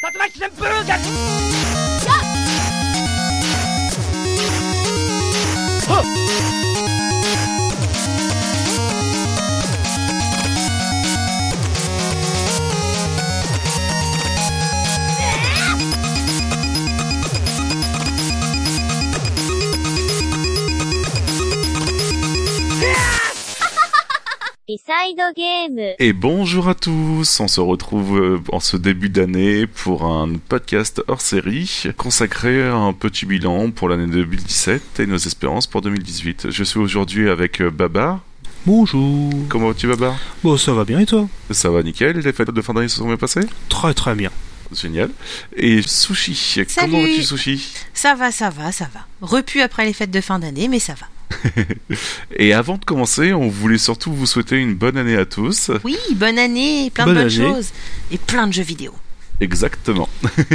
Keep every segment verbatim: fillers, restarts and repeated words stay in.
Et bonjour à tous, on se retrouve en ce début d'année pour un podcast hors série consacré à un petit bilan pour l'année deux mille dix-sept et nos espérances pour deux mille dix-huit. Je suis aujourd'hui avec Babar. Bonjour. Comment vas-tu, Babar ? Bon, ça va bien et toi ? Ça va nickel, les fêtes de fin d'année se sont bien passées ? Très très bien. Génial. Et Sushi, Salut. Comment vas-tu, Sushi ? Ça va, ça va, ça va. Repu après les fêtes de fin d'année, mais ça va. Et avant de commencer, on voulait surtout vous souhaiter une bonne année à tous. Oui, bonne année, plein bonne de bonnes année. choses et plein de jeux vidéo. Exactement.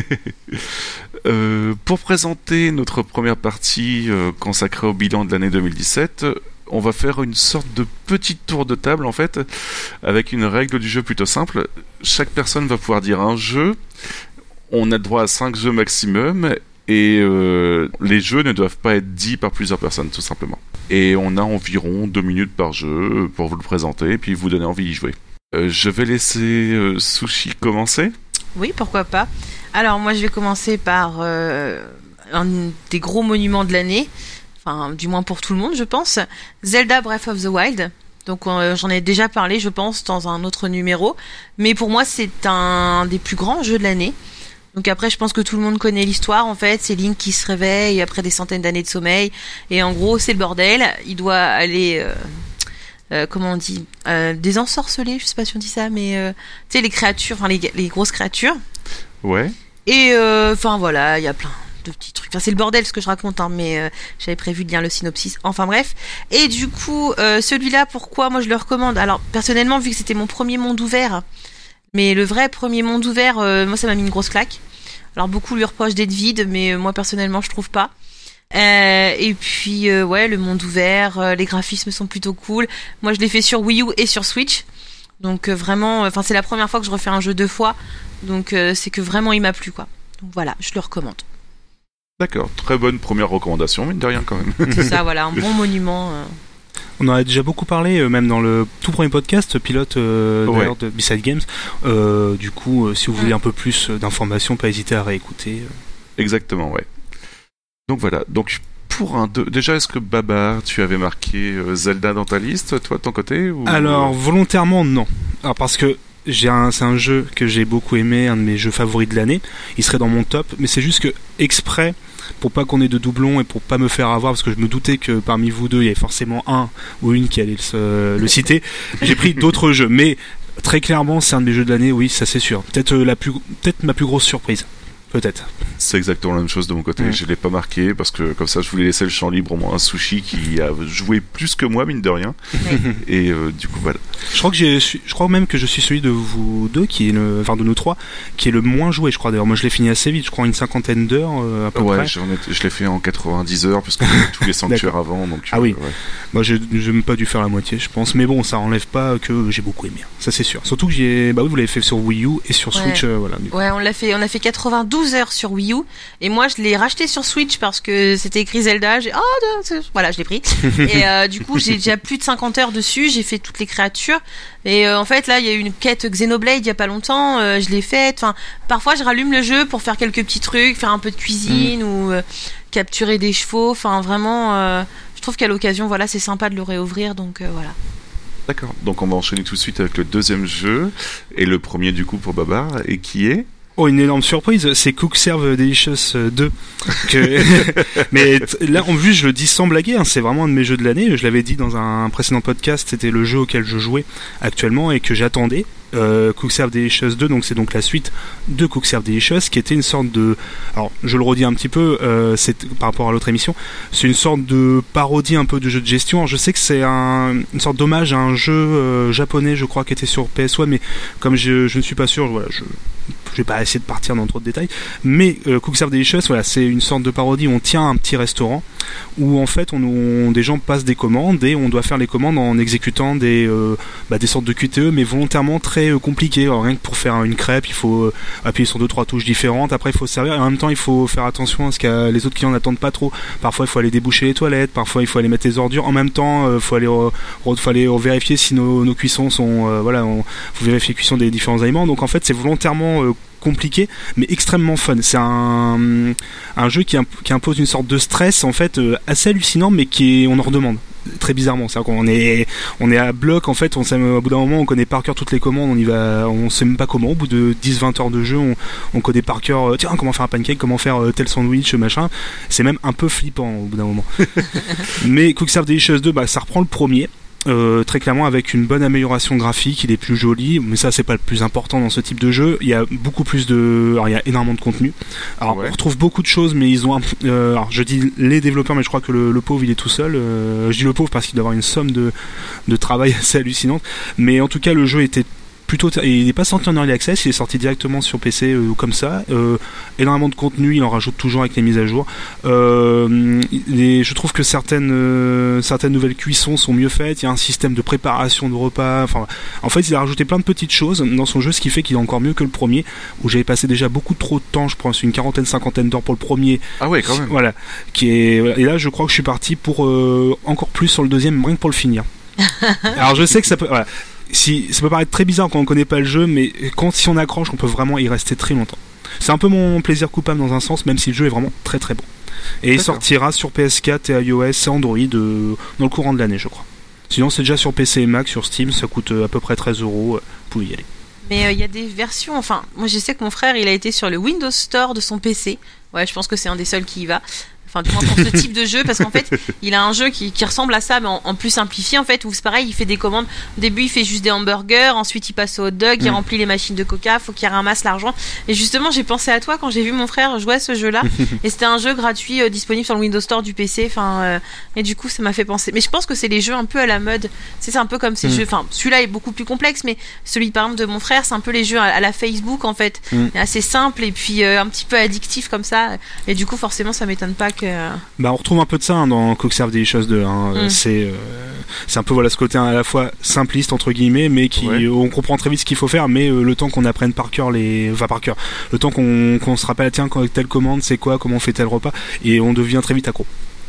euh, pour présenter notre première partie euh, consacrée au bilan de l'année deux mille dix-sept, on va faire une sorte de petite tour de table en fait, avec une règle du jeu plutôt simple. Chaque personne va pouvoir dire un jeu. On a droit à cinq jeux maximum. Et euh, les jeux ne doivent pas être dits par plusieurs personnes, tout simplement. Et on a environ deux minutes par jeu pour vous le présenter et puis vous donner envie d'y jouer. Euh, je vais laisser euh, Sushi commencer. Oui, pourquoi pas. Alors moi je vais commencer par euh, un des gros monuments de l'année, enfin du moins pour tout le monde je pense, Zelda Breath of the Wild. Donc euh, j'en ai déjà parlé je pense dans un autre numéro, mais pour moi c'est un des plus grands jeux de l'année. Donc après, je pense que tout le monde connaît l'histoire. En fait, c'est Link qui se réveille après des centaines d'années de sommeil. Et en gros, c'est le bordel. Il doit aller... Euh, euh, comment on dit euh, désensorceler, je sais pas si on dit ça, mais... Euh, tu sais, les créatures, enfin les, les grosses créatures. Ouais. Et enfin, euh, voilà, il y a plein de petits trucs. Enfin, c'est le bordel ce que je raconte, hein, mais euh, j'avais prévu de lire le synopsis. Enfin bref. Et du coup, euh, celui-là, pourquoi moi je le recommande ? Alors, personnellement, vu que c'était mon premier monde ouvert... Mais le vrai premier monde ouvert, euh, moi ça m'a mis une grosse claque. Alors beaucoup lui reprochent d'être vide, mais euh, moi personnellement je trouve pas. Euh, et puis euh, ouais, le monde ouvert, euh, les graphismes sont plutôt cool. Moi je l'ai fait sur Wii U et sur Switch. Donc euh, vraiment, enfin euh, c'est la première fois que je refais un jeu deux fois. Donc euh, c'est que vraiment il m'a plu quoi. Donc voilà, je le recommande. D'accord, très bonne première recommandation, mine de rien quand même. C'est ça, voilà, un bon monument. Euh... On en a déjà beaucoup parlé, euh, même dans le tout premier podcast, pilote euh, ouais. de B-Side Games. Euh, du coup, euh, si vous voulez un peu plus d'informations, pas hésiter à réécouter. Exactement, ouais. Donc voilà, donc pour un deux... Déjà, est-ce que Babar, tu avais marqué euh, Zelda dans ta liste, toi de ton côté ou... Alors, volontairement, non. Alors, parce que j'ai un, c'est un jeu que j'ai beaucoup aimé, un de mes jeux favoris de l'année. Il serait dans mon top, mais c'est juste que, exprès, pour pas qu'on ait de doublons et pour pas me faire avoir, parce que je me doutais que parmi vous deux il y avait forcément un ou une qui allait le, le citer, j'ai pris d'autres jeux, mais très clairement c'est un de mes jeux de l'année, oui, ça c'est sûr. Peut-être la plus, peut-être ma plus grosse surprise. Peut-être. C'est exactement la même chose de mon côté. Mmh. Je l'ai pas marqué parce que comme ça je voulais laisser le champ libre au moins à Sushi qui a joué plus que moi mine de rien. Et euh, du coup voilà. Je crois que j'ai, je crois même que je suis celui de vous deux qui est le, enfin de nous trois, qui est le moins joué. Je crois d'ailleurs. Moi je l'ai fini assez vite. Je crois une cinquantaine d'heures euh, à peu ouais, près. Ouais, je l'ai fait en quatre-vingt-dix heures parce que j'avais tous les sanctuaires avant. Donc ah euh, oui. Ouais. Moi j'ai, j'ai même pas dû faire la moitié, je pense. Mais bon, ça enlève pas que j'ai beaucoup aimé. Ça c'est sûr. Surtout que j'ai, bah oui, vous l'avez fait sur Wii U et sur ouais. Switch, euh, voilà. Du coup. Ouais, on l'a fait, on a fait quatre-vingt-douze heures sur Wii U. Et moi je l'ai racheté sur Switch parce que c'était écrit Zelda, j'ai oh voilà, je l'ai pris. Et euh, du coup, j'ai déjà plus de cinquante heures dessus, j'ai fait toutes les créatures et euh, en fait là, il y a eu une quête Xenoblade il y a pas longtemps, euh, je l'ai faite. Enfin, parfois je rallume le jeu pour faire quelques petits trucs, faire un peu de cuisine mmh. ou euh, capturer des chevaux, enfin vraiment euh, je trouve qu'à l'occasion voilà, c'est sympa de le réouvrir donc euh, voilà. D'accord. Donc on va enchaîner tout de suite avec le deuxième jeu et le premier du coup pour Babar et qui est Oh, une énorme surprise, c'est Cook Serve Delicious deux. Que... Mais t- là, en plus, je le dis sans blaguer, hein, c'est vraiment un de mes jeux de l'année. Je l'avais dit dans un précédent podcast, c'était le jeu auquel je jouais actuellement et que j'attendais. Euh, Cook Serve Delicious deux, donc c'est donc la suite de Cook Serve Delicious, qui était une sorte de, alors je le redis un petit peu, euh, c'est par rapport à l'autre émission, c'est une sorte de parodie un peu de jeu de gestion. Alors, je sais que c'est un, une sorte d'hommage à un jeu euh, japonais, je crois, qui était sur P S un, mais comme je, je ne suis pas sûr, voilà, je je vais pas essayer de partir dans trop de détails, mais euh, Cook Serve Delicious, voilà, c'est une sorte de parodie où on tient un petit restaurant où en fait on, on, des gens passent des commandes et on doit faire les commandes en exécutant des, euh, bah, des sortes de Q T E mais volontairement très euh, compliquées. Alors, rien que pour faire une crêpe, il faut euh, appuyer sur deux trois touches différentes, après il faut se servir et en même temps il faut faire attention à ce que les autres clients n'attendent pas trop. Parfois il faut aller déboucher les toilettes, parfois il faut aller mettre les ordures, en même temps il euh, faut aller, re, re, faut aller vérifier si nos, nos cuissons sont euh, voilà, on, faut vérifier la cuisson des différents aliments. Donc en fait c'est volontairement euh, compliqué mais extrêmement fun. C'est un, un jeu qui, imp- qui impose une sorte de stress en fait euh, assez hallucinant mais qui est, on en redemande très bizarrement. C'est-à-dire qu'on est, on est à bloc en fait, on sait, au bout d'un moment on connaît par cœur toutes les commandes, on y va, on sait même pas comment, au bout de dix vingt heures de jeu on, on connaît par cœur, euh, tiens comment faire un pancake, comment faire euh, tel sandwich machin. C'est même un peu flippant au bout d'un moment. Mais Cook Serve Delicious deux, bah, ça reprend le premier. Euh, très clairement avec une bonne amélioration graphique, il est plus joli, mais ça c'est pas le plus important dans ce type de jeu. Il y a beaucoup plus de, alors il y a énormément de contenu. Alors ouais. On retrouve beaucoup de choses, mais ils ont, un... euh, alors je dis les développeurs, mais je crois que le, le pauvre il est tout seul. Euh, je dis le pauvre parce qu'il doit avoir une somme de de travail assez hallucinante. Mais en tout cas le jeu était plutôt, il n'est pas sorti en early access, il est sorti directement sur P C euh, comme ça. Euh, énormément de contenu, il en rajoute toujours avec les mises à jour. Euh, les, je trouve que certaines euh, certaines nouvelles cuissons sont mieux faites. Il y a un système de préparation de repas. Enfin, en fait, il a rajouté plein de petites choses dans son jeu, ce qui fait qu'il est encore mieux que le premier, où j'avais passé déjà beaucoup trop de temps. Je pense une quarantaine, cinquantaine d'heures pour le premier. Ah ouais, quand même. Voilà. Qui est, et là, je crois que je suis parti pour euh, encore plus sur le deuxième, rien que pour le finir. Alors, je sais que ça peut. Voilà. Si, ça peut paraître très bizarre quand on connaît pas le jeu, mais quand si on accroche, on peut vraiment y rester très longtemps. C'est un peu mon plaisir coupable dans un sens, même si le jeu est vraiment très très bon. Et D'accord. Il sortira sur P S quatre et iOS et Android euh, dans le courant de l'année, je crois. Sinon, c'est déjà sur P C et Mac, sur Steam, ça coûte euh, à peu près treize euros. Vous pouvez y aller. Mais il euh, y a des versions, enfin, moi je sais que mon frère il a été sur le Windows Store de son P C. Ouais, je pense que c'est un des seuls qui y va. Enfin, du moins pour ce type de jeu, parce qu'en fait, il a un jeu qui, qui ressemble à ça, mais en, en plus simplifié, en fait, où c'est pareil, il fait des commandes. Au début, il fait juste des hamburgers, ensuite, il passe au hot dog, mmh. il remplit les machines de coca, faut qu'il ramasse l'argent. Et justement, j'ai pensé à toi quand j'ai vu mon frère jouer à ce jeu-là. Et c'était un jeu gratuit, euh, disponible sur le Windows Store du P C. Enfin, euh, et du coup, ça m'a fait penser. Mais je pense que c'est les jeux un peu à la mode. C'est, c'est un peu comme ces mmh. jeux. Enfin, celui-là est beaucoup plus complexe, mais celui, par exemple, de mon frère, c'est un peu les jeux à, à la Facebook, en fait. Mmh. Assez simple et puis euh, un petit peu addictif comme ça. Et du coup, forcément, ça m'étonne pas que. Bah, on retrouve un peu de ça hein, dans Cook Serve Delicious deux. Hein. Mm. C'est, euh, c'est un peu voilà ce côté à la fois simpliste entre guillemets, mais qui ouais. on comprend très vite ce qu'il faut faire, mais euh, le temps qu'on apprenne par cœur les, enfin par cœur, le temps qu'on, qu'on se rappelle tiens quand telle commande c'est quoi, comment on fait tel repas, et on devient très vite accro.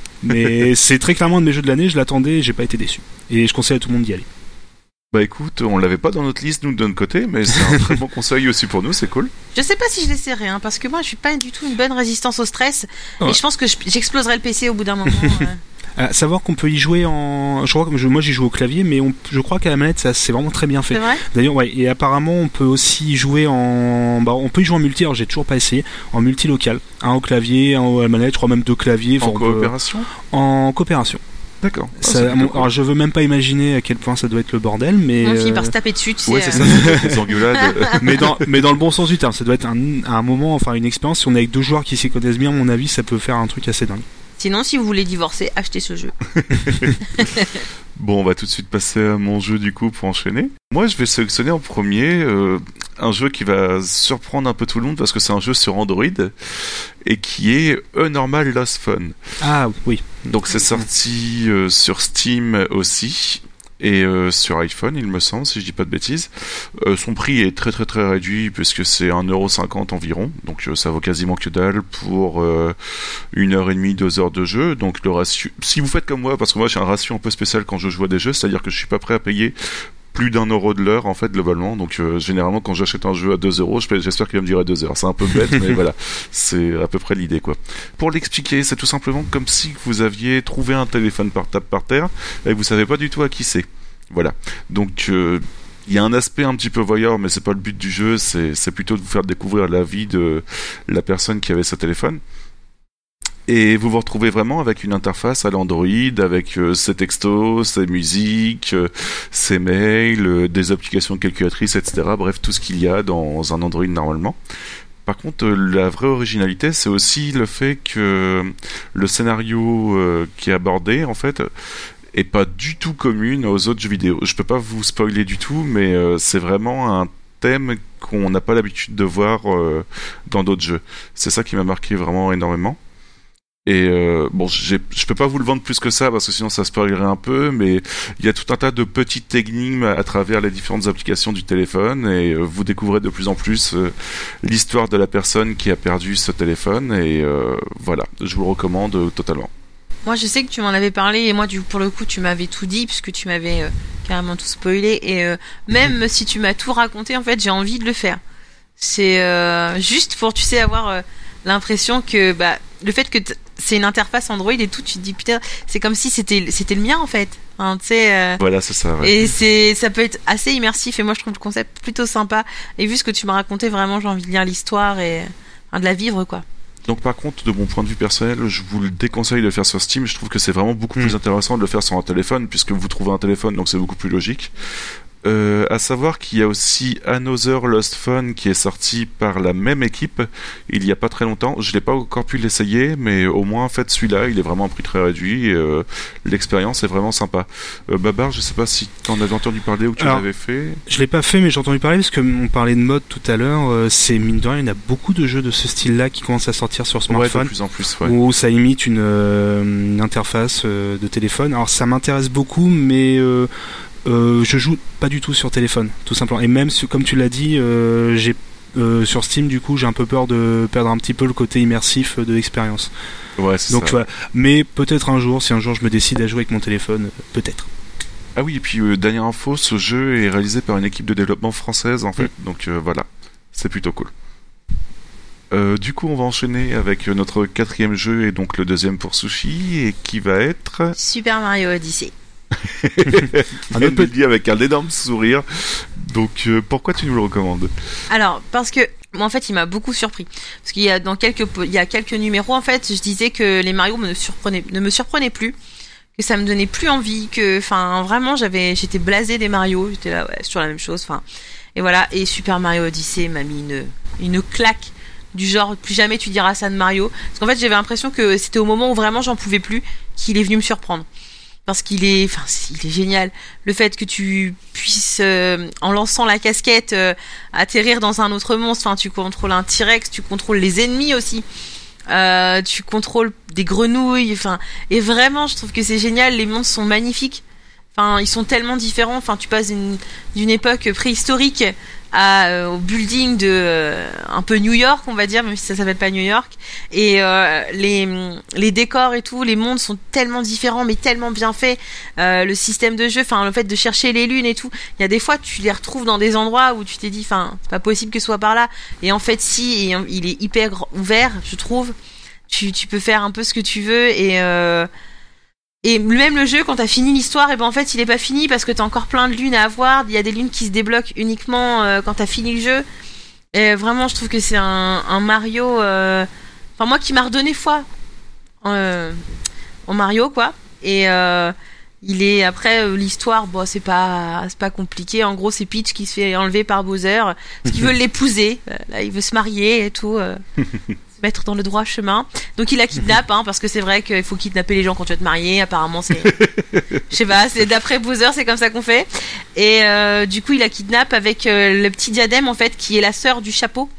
Mais c'est très clairement un de mes jeux de l'année, je l'attendais, et j'ai pas été déçu, et je conseille à tout le monde d'y aller. Bah écoute, on l'avait pas dans notre liste nous de notre côté, mais c'est un très bon conseil aussi pour nous, c'est cool. Je sais pas si je l'essaierai, hein, parce que moi je suis pas du tout une bonne résistance au stress, ouais. et je pense que je, j'exploserai le P C au bout d'un moment. euh. À savoir qu'on peut y jouer en, je crois que je, moi j'y joue au clavier, mais on, je crois qu'à la manette ça c'est vraiment très bien fait. C'est vrai ? D'ailleurs ouais, et apparemment on peut aussi jouer en, bah on peut y jouer en multi. Alors j'ai toujours pas essayé en multi local, un au clavier, un à la manette, je crois même deux claviers. En coopération ? Peut... En coopération. D'accord. Ça, mon, alors je veux même pas imaginer à quel point ça doit être le bordel, mais on finit par se taper dessus, tu sais. Ouais, c'est ça, c'est des engueulades. mais dans mais dans le bon sens du terme, ça doit être un, un moment, enfin une expérience. Si on est avec deux joueurs qui s'y connaissent bien, à mon avis, ça peut faire un truc assez dingue. Sinon, si vous voulez divorcer, achetez ce jeu. Bon, on va tout de suite passer à mon jeu du coup pour enchaîner. Moi, je vais sélectionner en premier euh, un jeu qui va surprendre un peu tout le monde parce que c'est un jeu sur Android et qui est A Normal Lost Fun. Ah oui. Donc c'est sorti euh, sur Steam aussi. Et euh, sur iPhone, il me semble, si je dis pas de bêtises. Euh, son prix est très très très réduit puisque c'est un euro cinquante environ, donc euh, ça vaut quasiment que dalle pour euh, une heure et demie, deux heures de jeu. Donc le ratio, si vous faites comme moi, parce que moi j'ai un ratio un peu spécial quand je joue à des jeux, c'est-à-dire que je suis pas prêt à payer plus d'un euro de l'heure en fait globalement, donc euh, généralement quand j'achète un jeu à deux euros, j'espère qu'il va me durer deux heures. C'est un peu bête, mais voilà, c'est à peu près l'idée quoi. Pour l'expliquer, c'est tout simplement comme si vous aviez trouvé un téléphone portable par terre et que vous savez pas du tout à qui c'est. Voilà, donc il euh, y a un aspect un petit peu voyeur, mais c'est pas le but du jeu, c'est, c'est plutôt de vous faire découvrir la vie de la personne qui avait ce téléphone. Et vous vous retrouvez vraiment avec une interface à l'Android, avec euh, ses textos, ses musiques, euh, ses mails, euh, des applications calculatrices, et cetera. Bref, tout ce qu'il y a dans un Android normalement. Par contre, euh, la vraie originalité, c'est aussi le fait que le scénario euh, qui est abordé, en fait, est pas du tout commune aux autres jeux vidéo. Je peux pas vous spoiler du tout, mais euh, c'est vraiment un thèmes qu'on n'a pas l'habitude de voir euh, dans d'autres jeux. C'est ça qui m'a marqué vraiment énormément. Et euh, bon, j'ai, je peux pas vous le vendre plus que ça parce que sinon ça spoilerait un peu, mais il y a tout un tas de petites énigmes à travers les différentes applications du téléphone et euh, vous découvrez de plus en plus euh, l'histoire de la personne qui a perdu ce téléphone et euh, voilà, je vous le recommande euh, totalement. Moi, je sais que tu m'en avais parlé et moi, du, pour le coup, tu m'avais tout dit puisque tu m'avais euh, carrément tout spoilé et euh, même si tu m'as tout raconté, en fait, j'ai envie de le faire. C'est euh, juste pour, tu sais, avoir euh, l'impression que bah, le fait que t- c'est une interface Android et tout, tu te dis putain, c'est comme si c'était c'était le mien en fait. Hein, tu sais. Euh, voilà, c'est ça. Ouais. Et c'est ça peut être assez immersif et moi je trouve le concept plutôt sympa. Et vu ce que tu m'as raconté, vraiment j'ai envie de lire l'histoire et enfin, de la vivre quoi. Donc par contre, de mon point de vue personnel, je vous le déconseille de le faire sur Steam. Je trouve que c'est vraiment beaucoup mmh. plus intéressant de le faire sur un téléphone puisque vous trouvez un téléphone, donc c'est beaucoup plus logique. Euh, à savoir qu'il y a aussi Another Lost Phone qui est sorti par la même équipe il y a pas très longtemps. Je l'ai pas encore pu l'essayer, mais au moins en fait celui-là il est vraiment à prix très réduit et euh, l'expérience est vraiment sympa. Euh, Babar, je sais pas si t'en avais entendu parler ou que tu Alors, l'avais fait. Je l'ai pas fait, mais j'ai entendu parler parce que on parlait de mode tout à l'heure. Euh, c'est mine de rien, il y en a beaucoup de jeux de ce style-là qui commencent à sortir sur smartphone. Ouais, de plus en plus, ouais. Où ça imite une, euh, une interface euh, de téléphone. Alors ça m'intéresse beaucoup, mais euh, Euh, je joue pas du tout sur téléphone, tout simplement. Et même si, comme tu l'as dit, euh, j'ai euh, sur Steam, du coup, j'ai un peu peur de perdre un petit peu le côté immersif de l'expérience. Ouais, c'est Donc ça. voilà. Mais peut-être un jour, si un jour je me décide à jouer avec mon téléphone, peut-être. Ah oui, et puis euh, dernière info, ce jeu est réalisé par une équipe de développement française en fait. Mm. Donc euh, voilà, c'est plutôt cool. Euh, du coup, on va enchaîner avec notre quatrième jeu et donc le deuxième pour Sushi et qui va être Super Mario Odyssey. un autre petit avec un énorme sourire. Donc euh, pourquoi tu nous le recommandes? Alors parce que moi en fait il m'a beaucoup surpris parce qu'il y a dans quelques il y a quelques numéros en fait je disais que les Mario me surprenaient ne me surprenaient plus, que ça me donnait plus envie, que enfin vraiment j'avais j'étais blasée des Mario, j'étais là ouais c'est toujours la même chose, enfin et voilà. Et Super Mario Odyssey m'a mis une une claque du genre plus jamais tu diras ça de Mario, parce qu'en fait j'avais l'impression que c'était au moment où vraiment j'en pouvais plus qu'il est venu me surprendre. Parce qu'il est, enfin, il est génial. Le fait que tu puisses, euh, en lançant la casquette, euh, atterrir dans un autre monstre. Enfin, tu contrôles un T-Rex, tu contrôles les ennemis aussi. Euh, tu contrôles des grenouilles. Enfin, et vraiment, je trouve que c'est génial. Les monstres sont magnifiques. Enfin, ils sont tellement différents. Enfin, tu passes d'une, d'une époque préhistorique à, euh, au building de euh, un peu New York, on va dire, même si ça s'appelle pas New York. Et euh, les les décors et tout, les mondes sont tellement différents, mais tellement bien faits. Euh, le système de jeu, enfin le fait de chercher les lunes et tout. Il y a des fois, tu les retrouves dans des endroits où tu t'es dit, enfin, c'est pas possible que ce soit par là. Et en fait, si, et il est hyper ouvert, je trouve. Tu tu peux faire un peu ce que tu veux et euh, Et même le jeu, quand t'as fini l'histoire, et ben en fait il est pas fini parce que t'as encore plein de lunes à avoir. Il y a des lunes qui se débloquent uniquement euh, quand t'as fini le jeu. Et vraiment, je trouve que c'est un, un Mario. Euh... Enfin moi qui m'a redonné foi euh, en Mario quoi. Et euh, il est après euh, l'histoire, bon c'est pas c'est pas compliqué. En gros c'est Peach qui se fait enlever par Bowser parce qu'il veut l'épouser. Là il veut se marier et tout. Euh... mettre dans le droit chemin. Donc il la kidnappe, hein, parce que c'est vrai qu'il faut kidnapper les gens quand tu vas te marier. Apparemment, c'est, je sais pas, c'est d'après Bowser, c'est comme ça qu'on fait. Et euh, du coup, il la kidnappe avec euh, le petit diadème en fait, qui est la sœur du chapeau,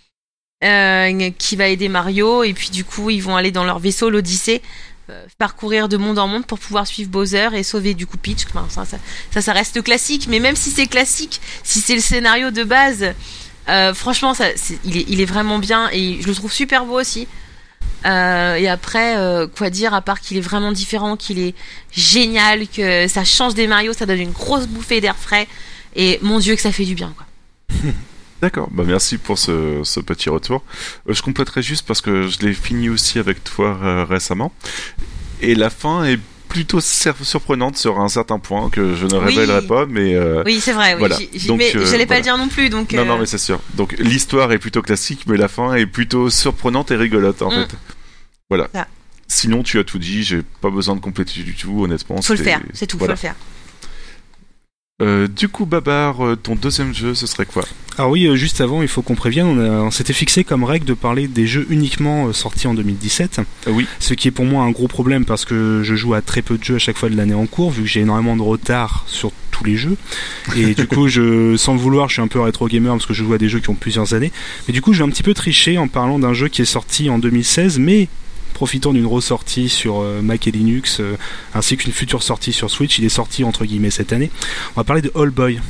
euh, qui va aider Mario. Et puis du coup, ils vont aller dans leur vaisseau, l'Odyssée, euh, parcourir de monde en monde pour pouvoir suivre Bowser et sauver du coup Peach. Enfin, ça, ça, ça, ça reste classique. Mais même si c'est classique, si c'est le scénario de base. Euh, franchement, ça, c'est, il, est, il est vraiment bien et je le trouve super beau aussi. Euh, et après, euh, quoi dire à part qu'il est vraiment différent, qu'il est génial, que ça change des Mario, ça donne une grosse bouffée d'air frais et mon Dieu que ça fait du bien quoi. D'accord, bah merci pour ce, ce petit retour. Euh, je compléterai juste parce que je l'ai fini aussi avec toi euh, récemment et la fin est plutôt surprenante sur un certain point que je ne oui. révélerai pas, mais euh, oui c'est vrai, oui. Voilà. J- j- donc, mais euh, j'allais pas voilà. le dire non plus, donc non euh... non mais c'est sûr. Donc l'histoire est plutôt classique, mais la fin est plutôt surprenante et rigolote en mm. fait. Voilà. Ça. Sinon tu as tout dit, j'ai pas besoin de compléter du tout, honnêtement. Faut le faire, c'est tout, voilà. Faut le faire. Euh, du coup, Babar, euh, ton deuxième jeu, ce serait quoi ? Alors oui, euh, juste avant, il faut qu'on prévienne, on, a, on s'était fixé comme règle de parler des jeux uniquement euh, sortis en deux mille dix-sept. Euh, oui. Ce qui est pour moi un gros problème parce que je joue à très peu de jeux à chaque fois de l'année en cours, vu que j'ai énormément de retard sur tous les jeux. Et du coup, je, sans le vouloir, je suis un peu rétro gamer parce que je joue à des jeux qui ont plusieurs années. Mais du coup, je vais un petit peu tricher en parlant d'un jeu qui est sorti en deux mille seize, mais profitant d'une ressortie sur euh, Mac et Linux, euh, ainsi qu'une future sortie sur Switch. Il est sorti entre guillemets cette année. On va parler de All Boy.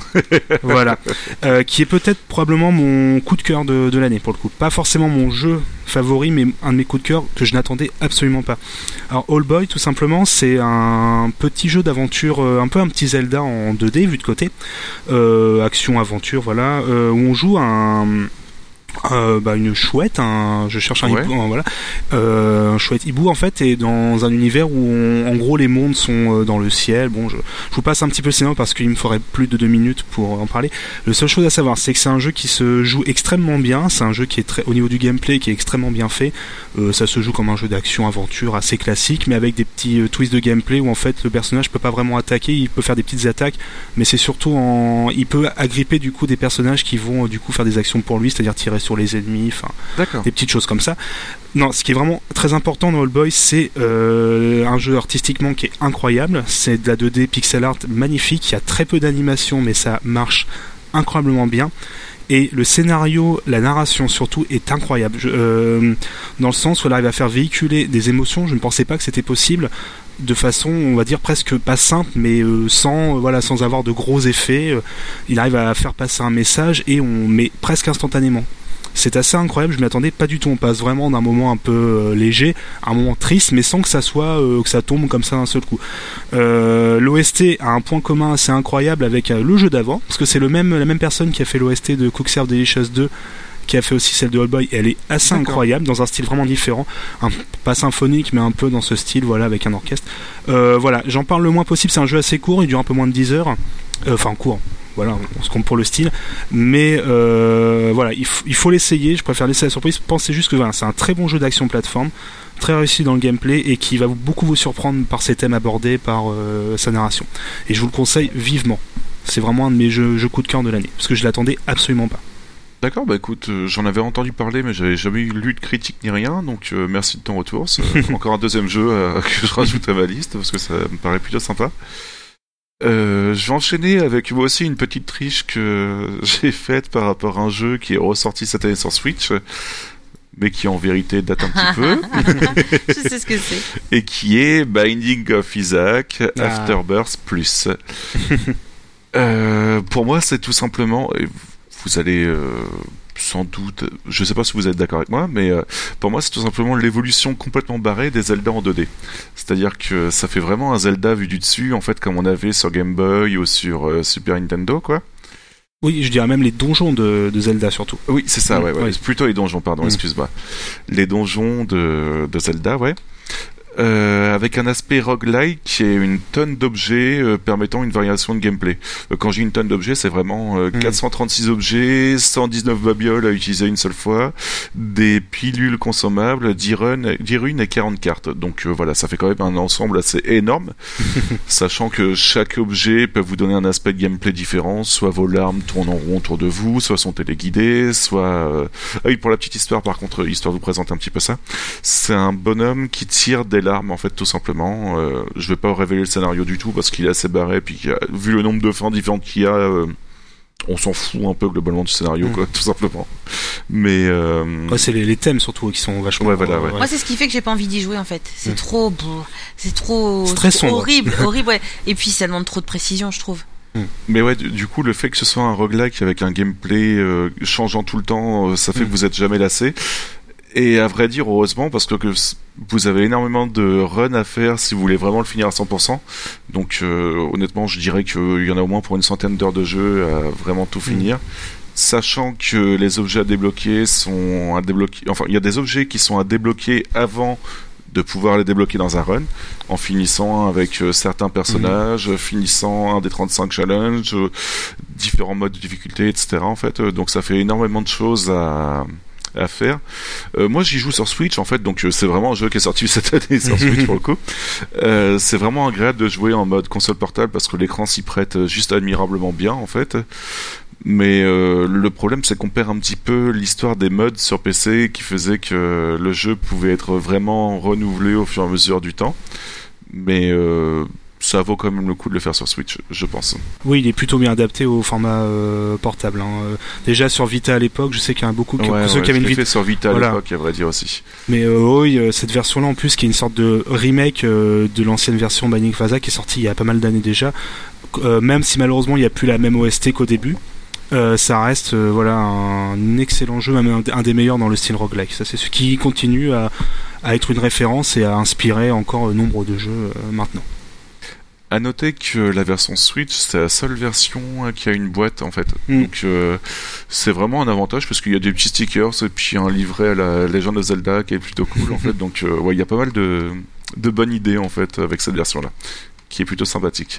Voilà, euh, qui est peut-être probablement mon coup de cœur de, de l'année pour le coup. Pas forcément mon jeu favori, mais un de mes coups de cœur que je n'attendais absolument pas. Alors All Boy, tout simplement, c'est un petit jeu d'aventure, euh, un peu un petit Zelda en deux D vu de côté, euh, action aventure, voilà, euh, où on joue un Euh, bah une chouette, un, je cherche un ouais. hibou, hein, voilà, euh, un chouette hibou en fait, et dans un univers où on, en gros les mondes sont euh, dans le ciel. Bon, je, je vous passe un petit peu le scénario parce qu'il me faudrait plus de deux minutes pour en parler. Le seule chose à savoir, c'est que c'est un jeu qui se joue extrêmement bien. C'est un jeu qui est très, au niveau du gameplay, qui est extrêmement bien fait. Euh, ça se joue comme un jeu d'action aventure assez classique, mais avec des petits euh, twists de gameplay où en fait le personnage peut pas vraiment attaquer, il peut faire des petites attaques, mais c'est surtout en, il peut agripper du coup des personnages qui vont euh, du coup faire des actions pour lui, c'est-à-dire tirer sur les ennemis, enfin des petites choses comme ça. Non, ce qui est vraiment très important dans All Boy, c'est euh, un jeu artistiquement qui est incroyable. C'est de la deux D pixel art magnifique. Il y a très peu d'animation, mais ça marche incroyablement bien. Et le scénario, la narration surtout, est incroyable. Je, euh, dans le sens où elle arrive à faire véhiculer des émotions. Je ne pensais pas que c'était possible, de façon, on va dire presque pas simple, mais euh, sans, euh, voilà, sans avoir de gros effets. Euh, il arrive à faire passer un message et on met presque instantanément. C'est assez incroyable, je m'y attendais pas du tout. On passe vraiment d'un moment un peu euh, léger à un moment triste, mais sans que ça soit euh, que ça tombe comme ça d'un seul coup. Euh, L'O S T a un point commun assez incroyable avec euh, le jeu d'avant, parce que c'est le même, la même personne qui a fait l'O S T de Cook Serve Delicious deux, qui a fait aussi celle de All Boy, et elle est assez D'accord. incroyable, dans un style vraiment différent, un, pas symphonique, mais un peu dans ce style, voilà, avec un orchestre. Euh, voilà, j'en parle le moins possible, c'est un jeu assez court, il dure un peu moins de dix heures, euh, enfin court. Voilà, on se compte pour le style, mais euh, voilà, il, f- il faut l'essayer. Je préfère laisser la surprise. Pensez juste que voilà, c'est un très bon jeu d'action plateforme, très réussi dans le gameplay et qui va beaucoup vous surprendre par ses thèmes abordés, par euh, sa narration. Et je vous le conseille vivement. C'est vraiment un de mes jeux, jeux coup de cœur de l'année, parce que je l'attendais absolument pas. D'accord, bah écoute, euh, j'en avais entendu parler, mais j'avais jamais eu lu de critique ni rien, donc euh, merci de ton retour. C'est encore un deuxième jeu euh, que je rajoute à ma liste parce que ça me paraît plutôt sympa. Euh, je vais enchaîner avec moi aussi une petite triche que j'ai faite par rapport à un jeu qui est ressorti cette année sur Switch, mais qui en vérité date un petit peu. Je sais ce que c'est. Et qui est Binding of Isaac ah. Afterbirth Plus. euh, pour moi, c'est tout simplement... Vous allez euh, sans doute... Je sais pas si vous êtes d'accord avec moi, mais euh, pour moi, c'est tout simplement l'évolution complètement barrée des Zelda en deux D. C'est-à-dire que ça fait vraiment un Zelda vu du dessus, en fait, comme on avait sur Game Boy ou sur euh, Super Nintendo, quoi. Oui, je dirais même les donjons de, de Zelda, surtout. Oui, c'est ça, ouais, ouais. Oui. C'est plutôt les donjons, pardon, mmh. excuse-moi. Les donjons de, de Zelda, ouais. Euh, avec un aspect roguelike et une tonne d'objets euh, permettant une variation de gameplay. Euh, quand j'ai une tonne d'objets, c'est vraiment euh, mmh. quatre cent trente-six objets, cent dix-neuf babioles à utiliser une seule fois, des pilules consommables, dix runes, dix runes et quarante cartes. Donc euh, voilà, ça fait quand même un ensemble assez énorme, sachant que chaque objet peut vous donner un aspect de gameplay différent, soit vos larmes tournent en rond autour de vous, soit sont téléguidées, soit... Euh... Ah oui, pour la petite histoire par contre, histoire de vous présenter un petit peu ça, c'est un bonhomme qui tire des l'arme en fait tout simplement. Euh, je vais pas révéler le scénario du tout parce qu'il est assez barré, puis qu'il y a, vu le nombre de fins différentes qu'il y a, euh, on s'en fout un peu globalement du scénario, mmh. quoi, tout simplement. Mais euh... ouais, c'est les, les thèmes surtout qui sont vachement. Ouais, voilà, ouais. Moi, c'est ce qui fait que j'ai pas envie d'y jouer en fait. C'est mmh. trop, c'est trop, c'est très trop sombre. horrible, horrible. Ouais. Et puis ça demande trop de précision, je trouve. Mais ouais, du, du coup, le fait que ce soit un roguelike avec un gameplay euh, changeant tout le temps, euh, ça fait mmh. que vous êtes jamais lassé. Et à vrai dire, heureusement, parce que, que vous avez énormément de runs à faire si vous voulez vraiment le finir à cent pour cent. Donc, euh, honnêtement, je dirais qu'il y en a au moins pour une centaine d'heures de jeu à vraiment tout finir. Mmh. Sachant que les objets à débloquer sont à débloquer. Enfin, il y a des objets qui sont à débloquer avant de pouvoir les débloquer dans un run, en finissant avec euh, certains personnages, mmh. finissant un des trente-cinq challenges, euh, différents modes de difficulté, et cetera. En fait, donc ça fait énormément de choses à à faire. Euh, moi, j'y joue sur Switch, en fait, donc euh, c'est vraiment un jeu qui est sorti cette année sur Switch pour le coup. Euh, c'est vraiment agréable de jouer en mode console portable parce que l'écran s'y prête juste admirablement bien, en fait. Mais euh, le problème, c'est qu'on perd un petit peu l'histoire des mods sur P C qui faisait que le jeu pouvait être vraiment renouvelé au fur et à mesure du temps. Mais euh, ça vaut quand même le coup de le faire sur Switch, je pense. Oui, il est plutôt bien adapté au format euh, portable. Hein. Déjà sur Vita à l'époque, je sais qu'il y en a beaucoup qui, ouais, ceux ouais, qui avaient une Vita. Vita Fait sur Vita à voilà. l'époque, à vrai dire aussi. Mais euh, oui, cette version-là en plus, qui est une sorte de remake euh, de l'ancienne version Binding of Isaac, qui est sortie il y a pas mal d'années déjà. Euh, même si malheureusement il n'y a plus la même O S T qu'au début. Euh, ça reste euh, voilà un excellent jeu, même un, un des meilleurs dans le style roguelike. Ça, c'est ce qui continue à, à être une référence et à inspirer encore euh, nombre de jeux euh, maintenant. À noter que la version Switch, c'est la seule version qui a une boîte en fait. Mm. Donc euh, c'est vraiment un avantage parce qu'il y a des petits stickers et puis un livret à la légende de Zelda qui est plutôt cool en fait. Donc euh, ouais, il y a pas mal de, de bonnes idées en fait avec cette version-là, qui est plutôt sympathique.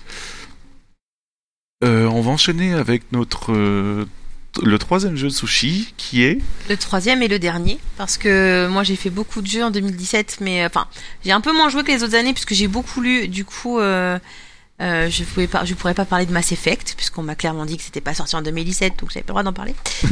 Euh, on va enchaîner avec notre euh, le troisième jeu de Sushi, qui est le troisième et le dernier, parce que moi j'ai fait beaucoup de jeux en deux mille dix-sept, mais enfin j'ai un peu moins joué que les autres années puisque j'ai beaucoup lu. Du coup, euh, euh, je pouvais pas, je pourrais pas parler de Mass Effect puisqu'on m'a clairement dit que c'était pas sorti en deux mille dix-sept, donc j'avais pas le droit d'en parler.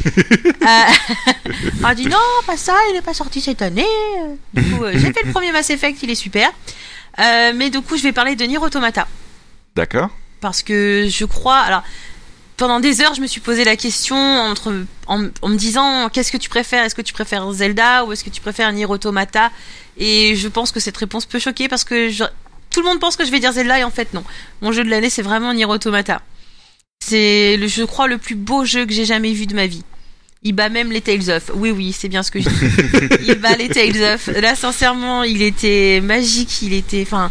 euh, on a dit non, pas ça, il est pas sorti cette année. Du coup, euh, j'ai fait le premier Mass Effect, il est super. Euh, mais du coup, je vais parler de Nier Automata. D'accord. Parce que je crois, alors pendant des heures je me suis posé la question entre, en, en me disant qu'est-ce que tu préfères, est-ce que tu préfères Zelda ou est-ce que tu préfères Nier Automata, et je pense que cette réponse peut choquer parce que je, tout le monde pense que je vais dire Zelda et en fait non, mon jeu de l'année c'est vraiment Nier Automata. C'est le, je crois le plus beau jeu que j'ai jamais vu de ma vie. Il bat même les Tales of. Oui, oui, c'est bien ce que je dis. Il bat les Tales of. Là, sincèrement, il était magique. Il était, enfin,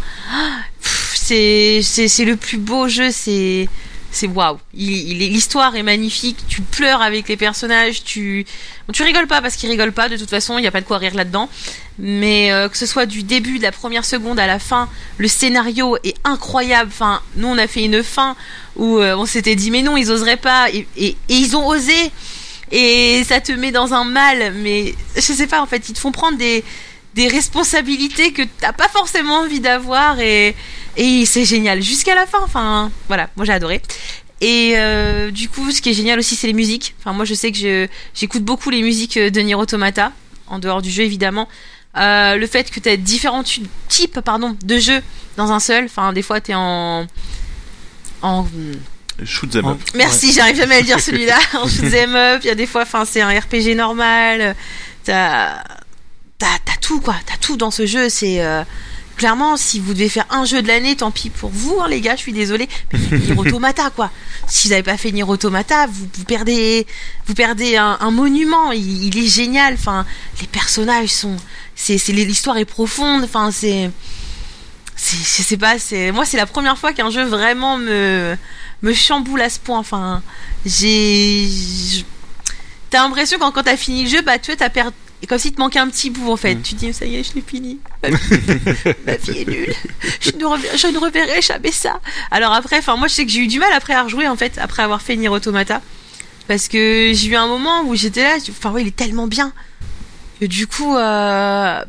c'est, c'est, c'est le plus beau jeu. C'est, c'est waouh. Il, il est, l'histoire est magnifique. Tu pleures avec les personnages. Tu, tu rigoles pas parce qu'ils rigolent pas. De toute façon, il y a pas de quoi rire là-dedans. Mais euh, que ce soit du début, de la première seconde à la fin, le scénario est incroyable. Enfin, nous, on a fait une fin où euh, on s'était dit mais non, ils oseraient pas, et, et, et ils ont osé. Et ça te met dans un mal, mais je sais pas, en fait, ils te font prendre des, des responsabilités que t'as pas forcément envie d'avoir, et, et c'est génial jusqu'à la fin. Enfin, voilà, moi j'ai adoré. Et euh, du coup, ce qui est génial aussi, c'est les musiques. Enfin, moi je sais que je, j'écoute beaucoup les musiques de Nier Automata, en dehors du jeu évidemment. Euh, le fait que t'as différents types, pardon, de jeux dans un seul. Enfin, des fois t'es en en Shoot them up. Merci, ouais. J'arrive jamais à le dire celui-là. En shoot them up, il y a des fois, enfin, c'est un R P G normal. T'as, t'as, t'as tout quoi, t'as tout dans ce jeu. C'est euh... clairement, si vous devez faire un jeu de l'année, tant pis pour vous, hein, les gars. Je suis désolée. Mais Nier Automata quoi. Si vous n'avez pas fait Nier Automata, vous, vous perdez, vous perdez un, un monument. Il, il est génial. Enfin, les personnages sont, c'est, c'est l'histoire est profonde. Enfin, c'est, c'est, je sais pas. C'est, moi, c'est la première fois qu'un jeu vraiment me me chamboule à ce point. Enfin, j'ai, j'ai... t'as l'impression quand, quand t'as fini le jeu, bah tu vois, t'as perdu, comme si te manquait un petit bout en fait. Mm. Tu te dis ça y est, je l'ai fini. Ma vie, ma vie est nulle. Je ne, rever... je ne reverrai jamais ça. Alors après, enfin moi je sais que j'ai eu du mal après à rejouer en fait, après avoir fait Nier Automata, parce que j'ai eu un moment où j'étais là, enfin ouais, il est tellement bien que du coup, euh...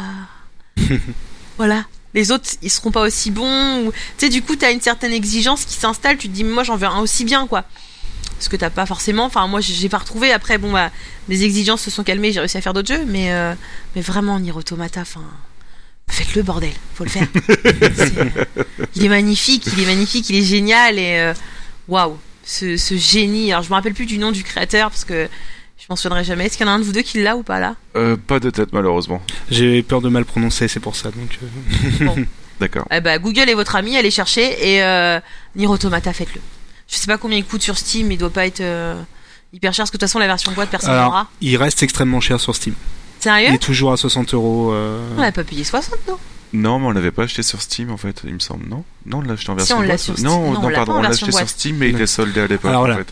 bah voilà. Les autres, ils seront pas aussi bons. Ou... Tu sais, du coup, t'as une certaine exigence qui s'installe. Tu te dis, moi, j'en veux un aussi bien, quoi. Parce que t'as pas forcément. Enfin, moi, j'ai pas retrouvé. Après, bon, bah, les exigences se sont calmées. J'ai réussi à faire d'autres jeux. Mais, euh... mais vraiment, Nier Automata, enfin. Faites-le, bordel. Faut le faire. euh... Il est magnifique. Il est magnifique. Il est génial. Et waouh. Wow, ce, ce génie. Alors, je me rappelle plus du nom du créateur parce que. Je m'en souviendrai jamais. Est-ce qu'il y en a un de vous deux qui l'a ou pas là ? euh, Pas de tête malheureusement. J'ai peur de mal prononcer, c'est pour ça. Donc euh... bon. D'accord. Eh bah, Google est votre ami, allez chercher et euh, Nier Automata, faites-le. Je sais pas combien il coûte sur Steam, mais il doit pas être euh, hyper cher parce que de toute façon la version boîte personne n'aura. Il reste extrêmement cher sur Steam. Sérieux ? Il est toujours à soixante euros. Euh... On n'a pas payé soixante non ? Non, mais on l'avait pas acheté sur Steam en fait, il me semble. Non, non, on l'a acheté en version si, on boîte. l'a sur Steam. Non, non, non on pardon, on l'a acheté boîte. sur Steam, mais il était soldé à l'époque. Alors, en là. fait.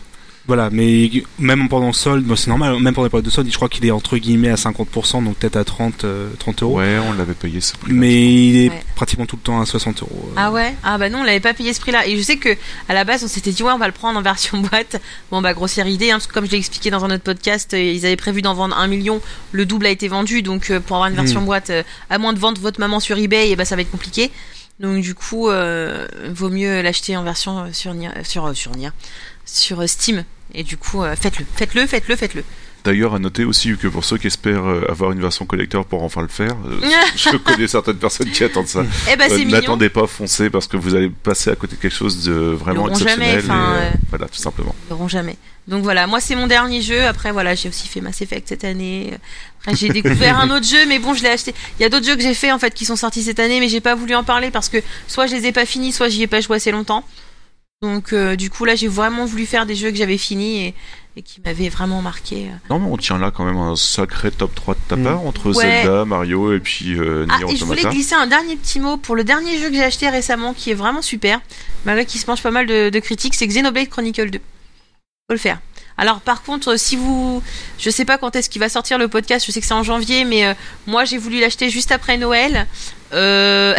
Voilà, mais même pendant le solde, bon, c'est normal, même pendant les périodes de solde, je crois qu'il est entre guillemets à cinquante pour cent, donc peut-être à trente, euh, trente euros. Ouais, on l'avait payé ce prix. Mais il est ouais. pratiquement tout le temps à soixante euros. Euh. Ah ouais? Ah bah non, on l'avait pas payé ce prix-là. Et je sais que à la base, on s'était dit, ouais, on va le prendre en version boîte. Bon bah, grossière idée, hein, parce que comme je l'ai expliqué dans un autre podcast, euh, ils avaient prévu d'en vendre un million, le double a été vendu, donc euh, pour avoir une version mmh. boîte, euh, à moins de vendre votre maman sur eBay, et bah ça va être compliqué. Donc du coup, euh, vaut mieux l'acheter en version euh, sur Nia, sur, euh, sur Nia, sur euh, Steam. Et du coup, euh, faites-le, faites-le, faites-le, faites-le. D'ailleurs, à noter aussi que pour ceux qui espèrent euh, avoir une version collector pour enfin le faire, euh, je connais certaines personnes qui attendent ça. Eh ben, c'est euh, mignon. N'attendez pas, foncez, parce que vous allez passer à côté de quelque chose de vraiment exceptionnel. Jamais, et, euh, voilà, tout simplement. Ils l'auront jamais. Donc voilà, moi c'est mon dernier jeu. Après voilà, j'ai aussi fait Mass Effect cette année. Après j'ai découvert un autre jeu, mais bon, je l'ai acheté. Il y a d'autres jeux que j'ai fait en fait qui sont sortis cette année, mais j'ai pas voulu en parler parce que soit je les ai pas finis, soit j'y ai pas joué assez longtemps. Donc euh, du coup là, j'ai vraiment voulu faire des jeux que j'avais finis et, et qui m'avaient vraiment marqué. Non, mais on tient là quand même un sacré top trois de ta part mmh. entre ouais. Zelda, Mario et puis euh, Nier ah, Automata. Et je voulais glisser un dernier petit mot pour le dernier jeu que j'ai acheté récemment qui est vraiment super, malgré qu'il se mange pas mal de, de critiques, c'est Xenoblade Chronicles deux. Faut le faire. Alors par contre, si vous, je sais pas quand est-ce qu'il va sortir le podcast, je sais que c'est en janvier, mais euh, moi j'ai voulu l'acheter juste après Noël. Euh...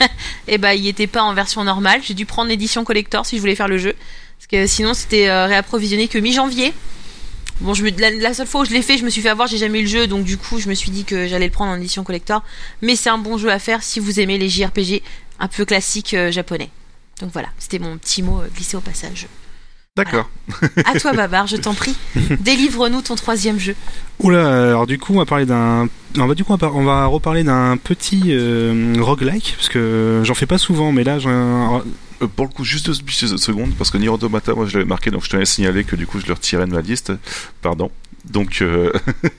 et bah il était pas en version normale. J'ai dû prendre l'édition collector si je voulais faire le jeu, parce que sinon c'était euh, réapprovisionné que mi-janvier. Bon, je me, la, la seule fois où je l'ai fait, je me suis fait avoir, j'ai jamais eu le jeu, donc du coup je me suis dit que j'allais le prendre en édition collector. Mais c'est un bon jeu à faire si vous aimez les J R P G un peu classiques euh, japonais. Donc voilà, c'était mon petit mot euh, glissé au passage. D'accord. Voilà. À toi, Babar, je t'en prie. Délivre-nous ton troisième jeu. Oula, alors du coup, on va parler d'un. Non, bah, du coup, on va, on va reparler d'un petit euh, roguelike, parce que j'en fais pas souvent, mais là, j'en. Euh, pour le coup, juste deux secondes, parce que Nier Automata, moi je l'avais marqué, donc je tenais à signaler que du coup je le retirais de ma liste. Pardon. Donc. Euh...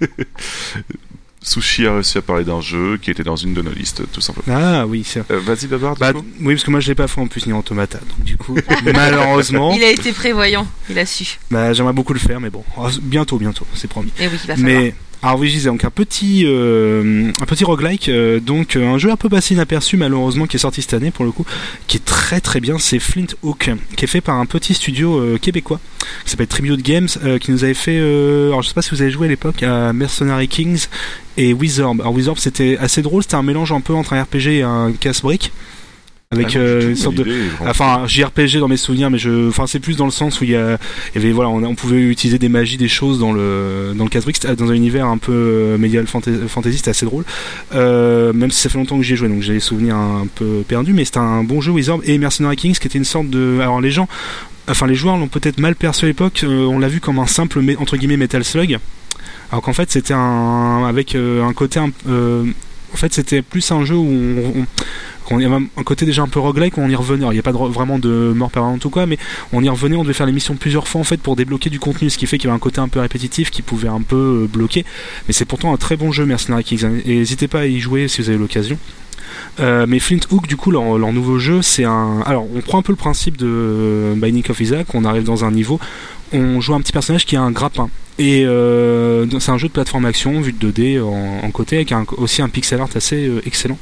Sushi a réussi à parler d'un jeu qui était dans une de nos listes, tout simplement. Ah oui, c'est euh, Vas-y, Babar, bah, oui, parce que moi je l'ai pas fait en plus Nier Automata, donc du coup, malheureusement. Il a été prévoyant, il a su. Bah, j'aimerais beaucoup le faire, mais bon, bientôt, bientôt, c'est promis. Et oui, il va falloir. Mais alors oui, je disais donc un petit, euh, un petit roguelike, euh, donc euh, un jeu un peu passé inaperçu malheureusement qui est sorti cette année pour le coup, qui est très très bien, c'est Flint Hook, qui est fait par un petit studio euh, québécois qui s'appelle Tribute Games, euh, qui nous avait fait, euh, alors je sais pas si vous avez joué à l'époque à Mercenary Kings et Wizorb. Alors Wizorb c'était assez drôle, c'était un mélange un peu entre un R P G et un casse-brique. Avec ah non, euh, une sorte de, idée, enfin, J R P G dans mes souvenirs, mais je, enfin, c'est plus dans le sens où il y a, il y avait, voilà, on, on pouvait utiliser des magies, des choses dans le, dans le casse-brique, dans un univers un peu médiéval fantasy, c'était assez drôle. Euh, même si ça fait longtemps que j'y ai joué, donc j'ai des souvenirs un peu perdus, mais c'était un bon jeu Wizard et Mercenary Kings, qui était une sorte de, alors les gens, enfin, les joueurs l'ont peut-être mal perçu à l'époque, euh, on l'a vu comme un simple, entre guillemets, Metal Slug, alors qu'en fait, c'était un, avec euh, un côté, un, euh, en fait, c'était plus un jeu où on, on il y avait un côté déjà un peu roguelike où on y revenait. Alors, il n'y a pas de, vraiment de mort permanente ou quoi, mais on y revenait, on devait faire les missions plusieurs fois en fait pour débloquer du contenu, ce qui fait qu'il y avait un côté un peu répétitif qui pouvait un peu bloquer. Mais c'est pourtant un très bon jeu, Mercenary Kings. Et n'hésitez pas à y jouer si vous avez l'occasion. Euh, mais Flint Hook, du coup, leur, leur nouveau jeu, c'est un. Alors, on prend un peu le principe de Binding of Isaac. On arrive dans un niveau, on joue un petit personnage qui a un grappin. Et euh, c'est un jeu de plateforme action, vue de deux D en, en côté, avec un, aussi un pixel art assez euh, excellent.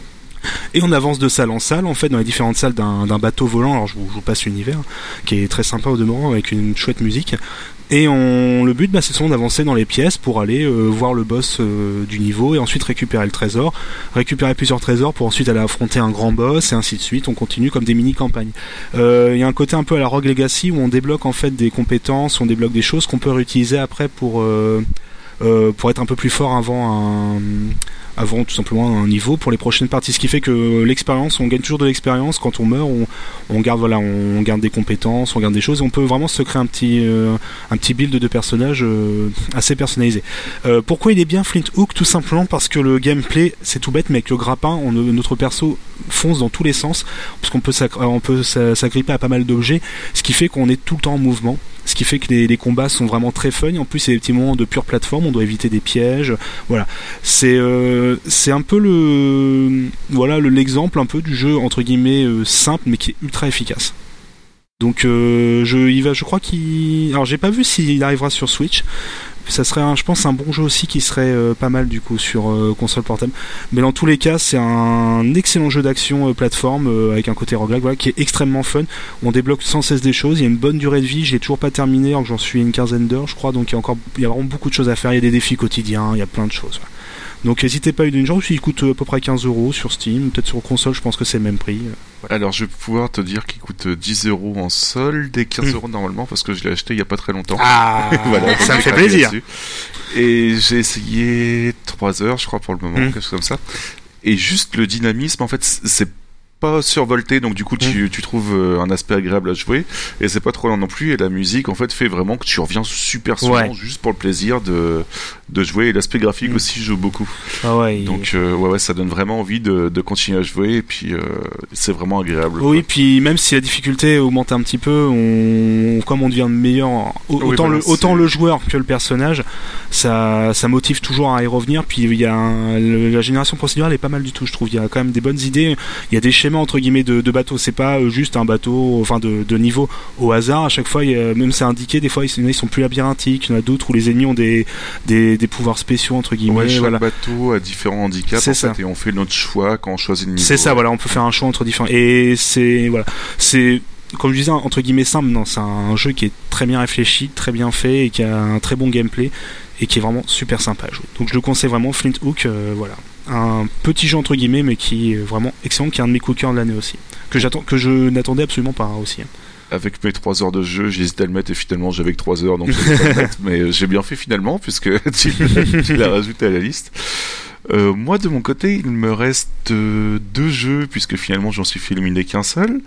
Et on avance de salle en salle, en fait, dans les différentes salles d'un, d'un bateau volant. Alors, je vous, je vous passe l'univers, qui est très sympa au demeurant, avec une chouette musique. Et on, le but, bah, c'est souvent d'avancer dans les pièces pour aller euh, voir le boss euh, du niveau et ensuite récupérer le trésor, récupérer plusieurs trésors pour ensuite aller affronter un grand boss et ainsi de suite. On continue comme des mini-campagnes. Il euh, y a un côté un peu à la Rogue Legacy où on débloque en fait des compétences, on débloque des choses qu'on peut réutiliser après pour euh, euh, pour être un peu plus fort avant un avant tout simplement un niveau pour les prochaines parties, ce qui fait que l'expérience, on gagne toujours de l'expérience. Quand on meurt, on, on garde voilà, on garde des compétences, on garde des choses, et on peut vraiment se créer un petit euh, un petit build de personnages euh, assez personnalisé. Euh, pourquoi il est bien Flint Hook? Tout simplement parce que le gameplay, c'est tout bête, mais avec le grappin, on, notre perso fonce dans tous les sens, parce qu'on peut on peut s'agripper à pas mal d'objets, ce qui fait qu'on est tout le temps en mouvement. Ce qui fait que les, les combats sont vraiment très fun. En plus, il y a des petits moments de pure plateforme. On doit éviter des pièges. Voilà, c'est euh, c'est un peu le voilà le, l'exemple un peu du jeu entre guillemets euh, simple, mais qui est ultra efficace. Donc, euh, je il va, je crois qu'il. Alors, j'ai pas vu s'il arrivera sur Switch. ça serait, un, je pense, un bon jeu aussi qui serait euh, pas mal du coup sur euh, console portable. Mais dans tous les cas, c'est un excellent jeu d'action euh, plateforme euh, avec un côté roguelike, voilà, qui est extrêmement fun. On débloque sans cesse des choses. Il y a une bonne durée de vie. J'ai toujours pas terminé, alors que j'en suis une quinzaine d'heures, je crois. Donc il y a encore, il y a vraiment beaucoup de choses à faire. Il y a des défis quotidiens, il y a plein de choses. Voilà. Donc n'hésitez pas à une chance, il coûte à peu près quinze euros sur Steam, peut-être sur console, je pense que c'est le même prix. Voilà. Alors je vais pouvoir te dire qu'il coûte dix euros en solde et quinze euros mmh. normalement parce que je l'ai acheté il y a pas très longtemps. Ah, voilà, ça me fait plaisir. Et j'ai essayé trois heures, je crois pour le moment, mmh. quelque chose comme ça. Et juste le dynamisme, en fait, c'est pas survolté, donc du coup tu, mmh. tu trouves un aspect agréable à jouer et c'est pas trop lent non plus, et la musique en fait fait vraiment que tu reviens super souvent ouais. juste pour le plaisir de, de jouer, et l'aspect graphique mmh. aussi joue beaucoup. Ah ouais, donc euh, ouais, ouais ça donne vraiment envie de, de continuer à jouer, et puis euh, c'est vraiment agréable. Oui, quoi. Puis même si la difficulté augmente un petit peu, on, comme on devient meilleur, autant, oui, voilà, le, autant le joueur que le personnage, ça, ça motive toujours à y revenir. Puis il y a un, le, la génération procédurale est pas mal du tout, je trouve. Il y a quand même des bonnes idées, il y a des schémas entre guillemets de, de bateau, c'est pas juste un bateau, enfin de, de niveau au hasard. À chaque fois, il y a, même c'est indiqué, des fois ils, ils sont plus labyrinthiques, il y en a d'autres où les ennemis ont des, des, des pouvoirs spéciaux entre guillemets. Ouais, chaque voilà. bateau a différents handicaps c'est en ça. fait, et on fait notre choix quand on choisit le niveau. C'est ça, voilà, on peut faire un choix entre différents. Et c'est voilà, c'est comme je disais entre guillemets simple, non, c'est un jeu qui est très bien réfléchi, très bien fait et qui a un très bon gameplay et qui est vraiment super sympa à jouer. Donc je le conseille vraiment, Flint Hook, euh, voilà. Un petit jeu entre guillemets, mais qui est vraiment excellent, qui est un de mes coups de cœur de l'année aussi, que j'attends, que je n'attendais absolument pas hein, aussi. Avec mes trois heures de jeu, j'hésitais à le mettre et finalement j'avais que trois heures, donc je vais pas le mettre, mais j'ai bien fait finalement puisque tu, tu l'as rajouté à la liste. Euh, moi de mon côté, il me reste euh, deux jeux puisque finalement j'en suis filmé qu'un seul.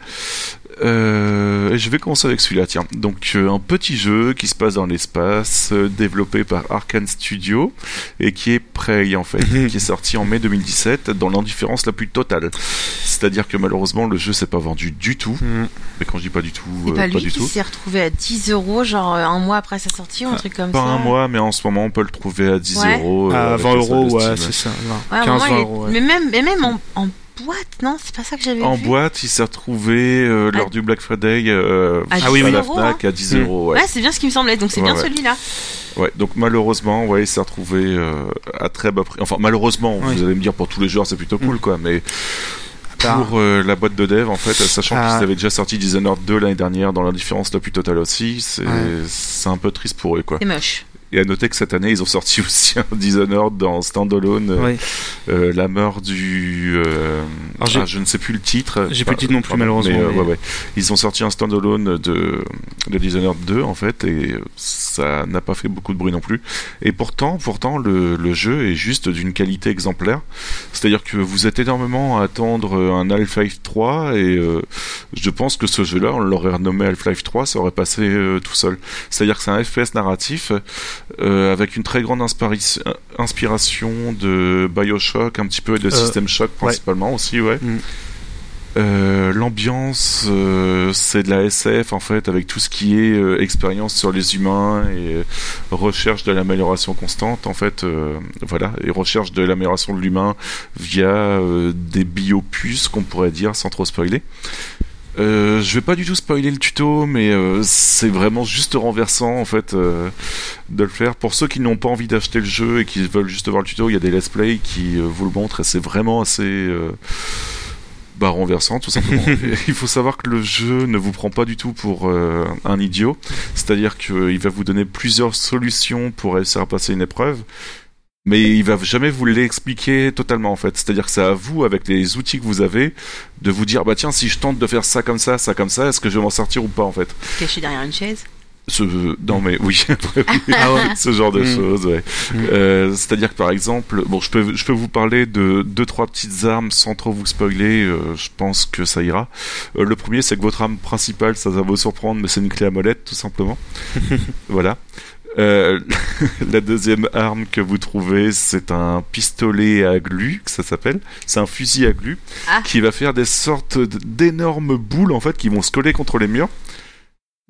Euh, et je vais commencer avec celui-là, tiens. Donc euh, un petit jeu qui se passe dans l'espace, euh, développé par Arkane Studio et qui est Prey en fait, qui est sorti en mai deux mille dix-sept dans l'indifférence la plus totale. C'est-à-dire que malheureusement le jeu s'est pas vendu du tout. Mm. Mais quand je dis pas du tout, c'est euh, pas, pas lui du qui tout. s'est retrouvé à dix euros, genre un mois après sa sortie ou un truc comme pas ça. Pas un mois, mais en ce moment on peut le trouver à dix euros. Ouais. Euh, à vingt euros, ouais, c'est ça. Ouais, quinze vingt euros. Ouais. Mais même, mais même en, en boîte, non, c'est pas ça que j'avais en vu. En boîte, il s'est retrouvé euh, lors ah. du Black Friday euh, à, à, oui, à la euros, Fnac hein. à dix euros. Ouais, ouais c'est bien ce qui me semblait, donc c'est ouais, bien ouais. celui-là. Ouais, donc malheureusement, ouais, il s'est retrouvé euh, à très bas prix. Enfin, malheureusement, ouais. vous allez me dire pour tous les joueurs, c'est plutôt cool, mm. quoi, mais pour euh, la boîte de dev, en fait, sachant ah. qu'ils avaient déjà sorti Dishonored deux l'année dernière dans l'indifférence la plus totale aussi, c'est, ouais. c'est un peu triste pour eux, quoi. C'est moche. Et à noter que cette année, ils ont sorti aussi un Dishonored dans Standalone, oui. euh, la mort du... Euh, Alors, ah, je ne sais plus le titre. J'ai plus le titre non plus, pardon, malheureusement. Mais, mais... Euh, ouais, ouais. Ils ont sorti un Standalone de, de Dishonored deux, en fait, et ça n'a pas fait beaucoup de bruit non plus. Et pourtant, pourtant le, le jeu est juste d'une qualité exemplaire. C'est-à-dire que vous êtes énormément à attendre un Half-Life trois, et euh, je pense que ce jeu-là, on l'aurait renommé Half-Life trois, ça aurait passé euh, tout seul. C'est-à-dire que c'est un F P S narratif... Euh, avec une très grande inspiri- inspiration de Bioshock un petit peu et de euh, System Shock principalement ouais. aussi ouais. Mm. Euh, l'ambiance euh, c'est de la S F en fait avec tout ce qui est euh, expérience sur les humains et euh, recherche de l'amélioration constante en fait euh, voilà et recherche de l'amélioration de l'humain via euh, des biopuces qu'on pourrait dire sans trop spoiler. Euh, je vais pas du tout spoiler le tuto, mais euh, c'est vraiment juste renversant en fait euh, de le faire. Pour ceux qui n'ont pas envie d'acheter le jeu et qui veulent juste voir le tuto, il y a des let's play qui euh, vous le montrent et c'est vraiment assez euh, bah, renversant tout simplement. Il faut savoir que le jeu ne vous prend pas du tout pour euh, un idiot, c'est-à-dire qu'il va vous donner plusieurs solutions pour réussir à passer une épreuve. Mais il va jamais vous l'expliquer totalement en fait. C'est-à-dire que c'est à vous, avec les outils que vous avez, de vous dire bah tiens si je tente de faire ça comme ça, ça comme ça, est-ce que je vais m'en sortir ou pas en fait. Caché derrière une chaise. Ce... Non mais oui, oui. Ah ouais. Ce genre de mmh. choses. Ouais. Mmh. Euh, c'est-à-dire que par exemple, bon je peux je peux vous parler de deux trois petites armes sans trop vous spoiler. Euh, je pense que ça ira. Euh, le premier c'est que votre arme principale, ça va vous surprendre, mais c'est une clé à molette tout simplement. Voilà. Euh, la deuxième arme que vous trouvez, c'est un pistolet à glu, que ça s'appelle. C'est un fusil à glu ah. qui va faire des sortes d'énormes boules en fait qui vont se coller contre les murs.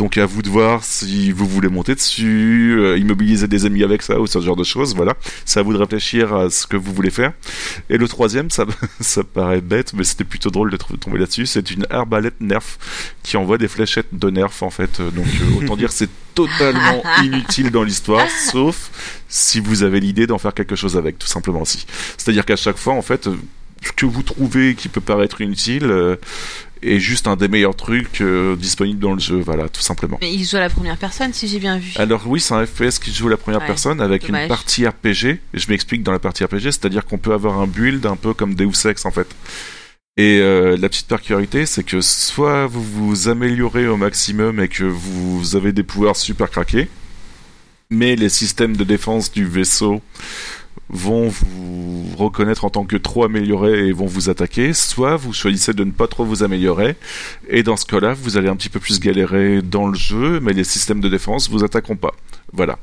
Donc à vous de voir si vous voulez monter dessus, euh, immobiliser des amis avec ça ou ce genre de choses, voilà. C'est à vous de réfléchir à ce que vous voulez faire. Et le troisième, ça, ça paraît bête, mais c'était plutôt drôle de tomber là-dessus, c'est une arbalète Nerf qui envoie des fléchettes de Nerf en fait. Donc euh, autant dire c'est totalement inutile dans l'histoire, sauf si vous avez l'idée d'en faire quelque chose avec, tout simplement aussi. C'est-à-dire qu'à chaque fois, en fait, ce que vous trouvez qui peut paraître inutile... Euh, est juste un des meilleurs trucs euh, disponibles dans le jeu, voilà, tout simplement. Mais il joue à la première personne, si j'ai bien vu. Alors oui, c'est un F P S qui joue à la première ouais, personne avec dommage. Une partie R P G. Je m'explique dans la partie R P G, c'est-à-dire qu'on peut avoir un build un peu comme Deus Ex en fait. Et euh, la petite particularité, c'est que soit vous vous améliorez au maximum et que vous avez des pouvoirs super craqués, mais les systèmes de défense du vaisseau vont vous reconnaître en tant que trop amélioré et vont vous attaquer, soit vous choisissez de ne pas trop vous améliorer, et dans ce cas-là, vous allez un petit peu plus galérer dans le jeu, mais les systèmes de défense vous attaqueront pas. Voilà.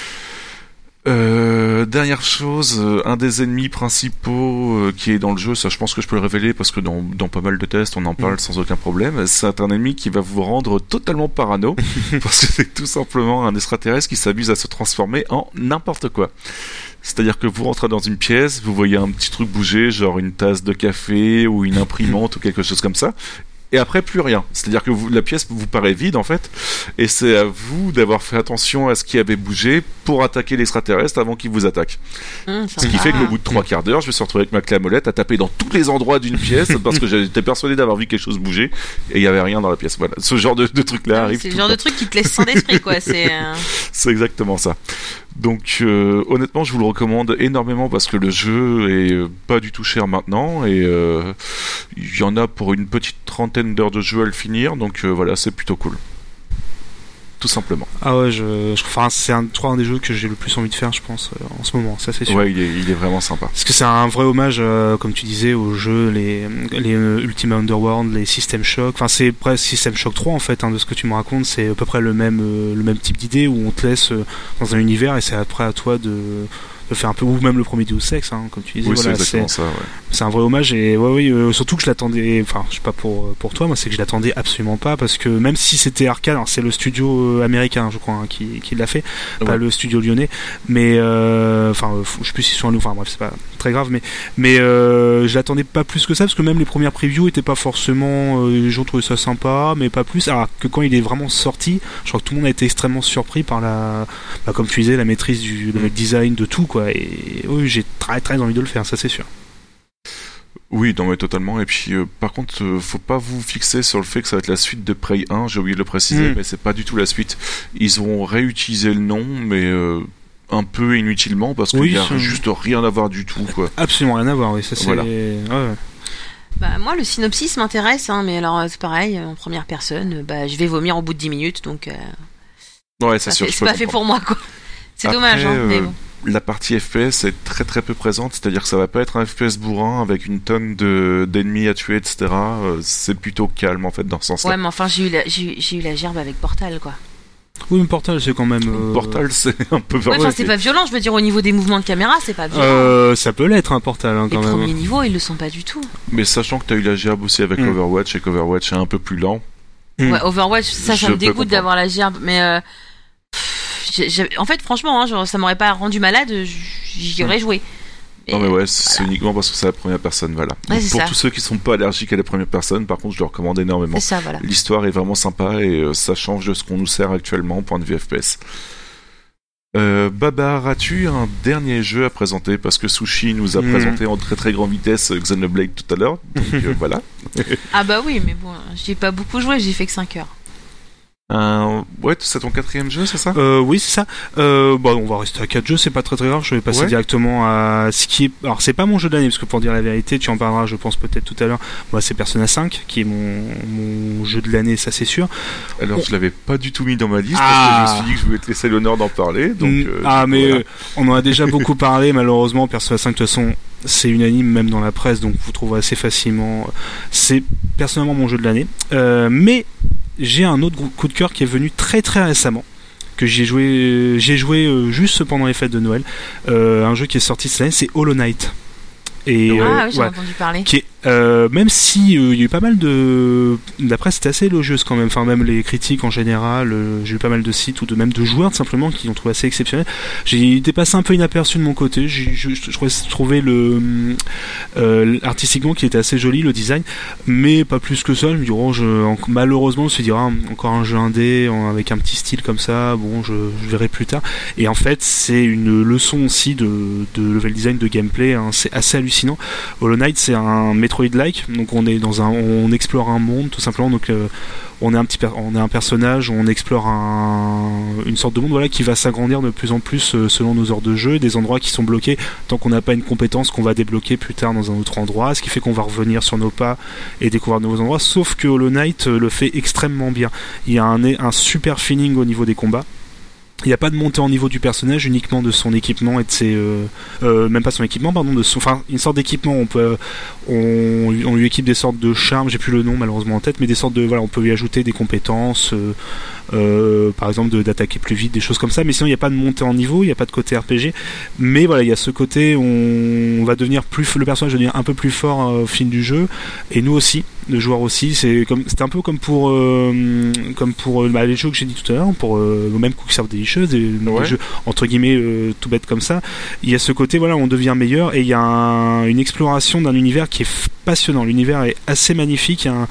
Euh, dernière chose, un des ennemis principaux euh, qui est dans le jeu, ça je pense que je peux le révéler parce que dans, dans pas mal de tests on en parle mmh. sans aucun problème, c'est un ennemi qui va vous rendre totalement parano parce que c'est tout simplement un extraterrestre qui s'amuse à se transformer en n'importe quoi. C'est-à-dire que vous rentrez dans une pièce, vous voyez un petit truc bouger, genre une tasse de café ou une imprimante ou quelque chose comme ça, et après plus rien. C'est-à-dire que vous, la pièce vous paraît vide en fait, et c'est à vous d'avoir fait attention à ce qui avait bougé pour attaquer l'extraterrestre avant qu'il vous attaque. Mmh, ce qui fait qu'au bout de trois quarts d'heure, je me suis retrouvé avec ma clé à molette à taper dans tous les endroits d'une pièce parce que j'étais persuadé d'avoir vu quelque chose bouger et il y avait rien dans la pièce. Voilà, ce genre de, de truc là ah, arrive. C'est tout le genre le de truc qui te laisse sans esprit quoi. C'est. Euh... c'est exactement ça. Donc euh, honnêtement je vous le recommande énormément parce que le jeu est euh, pas du tout cher maintenant et il euh, y en a pour une petite trentaine d'heures de jeu à le finir, donc euh, voilà, c'est plutôt cool, tout simplement. Ah ouais, je, je enfin c'est un, un des jeux que j'ai le plus envie de faire, je pense, euh, en ce moment, ça c'est sûr. Ouais, il est, il est vraiment sympa. Parce que c'est un vrai hommage, euh, comme tu disais, aux jeux, les, les euh, Ultima Underworld, les System Shock. Enfin, c'est presque System Shock trois en fait, hein, de ce que tu me racontes. C'est à peu près le même, euh, le même type d'idée où on te laisse euh, dans un univers et c'est après à toi de de faire un peu, ou même le premier Deus Ex, hein, comme tu disais. Oui, voilà, c'est exactement c'est, ça, ouais. C'est un vrai hommage et ouais, oui, euh, surtout que je l'attendais, enfin, je sais pas pour, pour toi, moi, c'est que je l'attendais absolument pas parce que même si c'était Arcane, alors c'est le studio euh, américain, je crois, hein, qui, qui l'a fait, ouais. Pas le studio lyonnais, mais, euh, enfin, euh, je sais plus s'ils sont à nous, enfin, bref, c'est pas très grave, mais, mais, euh, je l'attendais pas plus que ça parce que même les premières previews étaient pas forcément, euh, les gens trouvaient ça sympa, mais pas plus, alors que quand il est vraiment sorti, je crois que tout le monde a été extrêmement surpris par la, bah, comme tu disais, la maîtrise du le design de tout, quoi, et oui, j'ai très très envie de le faire, ça c'est sûr. Oui, non mais totalement. Et puis euh, par contre, euh, faut pas vous fixer sur le fait que ça va être la suite de Prey un. J'ai oublié de le préciser, mmh. mais c'est pas du tout la suite. Ils ont réutilisé le nom, mais euh, un peu inutilement parce qu'il oui, y a c'est... juste rien à voir du tout, quoi. Absolument rien à voir. Oui, ça c'est. Voilà. Ouais, ouais. Bah, moi, le synopsis m'intéresse, hein, mais alors c'est pareil, en première personne, bah, je vais vomir au bout de dix minutes, donc. Euh... Ouais, c'est sûr. Fait, c'est pas comprendre. Fait pour moi, quoi. C'est Après, dommage, hein, euh... mais bon. La partie F P S est très très peu présente, c'est-à-dire que ça va pas être un F P S bourrin avec une tonne de, d'ennemis à tuer, et cetera. Euh, c'est plutôt calme en fait dans ce sens-là. Ouais, mais enfin j'ai eu la, j'ai, j'ai eu la gerbe avec Portal, quoi. Oui, mais Portal c'est quand même. Euh... Portal c'est un peu. Ouais, enfin c'est pas violent, je veux dire au niveau des mouvements de caméra, c'est pas violent. Euh, ça peut l'être un Portal hein, quand Les même. Les premiers niveaux, ils le sont pas du tout. Mais sachant que t'as eu la gerbe aussi avec mm. Overwatch et qu'Overwatch est un peu plus lent. Mm. Ouais, Overwatch, ça, ça me dégoûte d'avoir la gerbe, mais. Euh... J'ai, j'ai, en fait, franchement, hein, genre, ça m'aurait pas rendu malade, j'y aurais joué. Et non, mais ouais, c'est voilà. Uniquement parce que c'est la première personne, voilà. Ouais, pour ça. tous ceux qui sont pas allergiques à la première personne, par contre, je le recommande énormément. C'est ça, voilà. L'histoire est vraiment sympa et euh, ça change de ce qu'on nous sert actuellement au point de vue F P S. Euh, Babar, as-tu un dernier jeu à présenter? Parce que Sushi nous a mmh. présenté en très très grande vitesse Xenoblade tout à l'heure, donc euh, voilà. Ah bah oui, mais bon, j'ai pas beaucoup joué, j'ai fait que cinq heures. Euh, ouais, c'est ton quatrième jeu, c'est ça? euh, Oui, c'est ça. Euh, bon, on va rester à quatre jeux, c'est pas très très grave. Je vais passer ouais. directement à ce qui est. Alors, c'est pas mon jeu d'année, parce que pour dire la vérité, tu en parleras, je pense peut-être tout à l'heure. Moi, c'est Persona cinq qui est mon, mon jeu de l'année, ça c'est sûr. Alors, on... je l'avais pas du tout mis dans ma liste ah. parce que je me suis dit que je voulais te laisser l'honneur d'en parler. Donc, mmh. euh, ah, mais voilà. euh, on en a déjà beaucoup parlé, malheureusement. Persona cinq, de toute façon, c'est unanime, même dans la presse, donc vous trouverez assez facilement. C'est personnellement mon jeu de l'année. Euh, mais. J'ai un autre coup de cœur qui est venu très très récemment, que j'ai joué, j'ai joué juste pendant les fêtes de Noël. Euh, un jeu qui est sorti cette année, c'est Hollow Knight. Et, ah euh, oui, j'ai ouais, entendu parler. qui est, euh, même si euh, il y a eu pas mal de, la presse était assez élogieuse quand même, enfin même les critiques en général, euh, j'ai eu pas mal de sites ou de même de joueurs simplement qui ont trouvé assez exceptionnel. J'ai été passé un peu inaperçu de mon côté. J'ai, je, je, je trouvais le euh, artistiquement qui était assez joli le design, mais pas plus que ça. Je me dis oh, je, en, malheureusement, je me suis dit ah, encore un jeu indé en, avec un petit style comme ça. Bon, je, je verrai plus tard. Et en fait, c'est une leçon aussi de, de level design, de gameplay. Hein, c'est assez hallucinant. Hollow Knight, c'est un Metroid-like, donc on est dans un, on explore un monde tout simplement. Donc euh, on est un petit, per, on est un personnage, on explore un, une sorte de monde, voilà, qui va s'agrandir de plus en plus euh, selon nos heures de jeu. Des endroits qui sont bloqués tant qu'on n'a pas une compétence qu'on va débloquer plus tard dans un autre endroit, ce qui fait qu'on va revenir sur nos pas et découvrir de nouveaux endroits. Sauf que Hollow Knight euh, le fait extrêmement bien. Il y a un, un super feeling au niveau des combats. Il n'y a pas de montée en niveau du personnage, uniquement de son équipement et de ses, euh, euh, même pas son équipement, pardon, de son, enfin une sorte d'équipement. On peut, on, on lui équipe des sortes de charmes, j'ai plus le nom malheureusement en tête, mais des sortes de, voilà, on peut lui ajouter des compétences, euh, euh, par exemple de, d'attaquer plus vite, des choses comme ça. Mais sinon il n'y a pas de montée en niveau, il n'y a pas de côté R P G. Mais voilà, il y a ce côté, on, on va devenir plus, le personnage va devenir un peu plus fort euh, au fil du jeu, et nous aussi. Le joueur aussi, c'est comme, c'était un peu comme pour, euh, comme pour bah, les jeux que j'ai dit tout à l'heure, pour euh, même Cook Serve Delicious, des, ouais. des jeux entre guillemets euh, tout bête comme ça. Il y a ce côté, voilà, on devient meilleur et il y a un, une exploration d'un univers qui est passionnant. L'univers est assez magnifique, il y a un,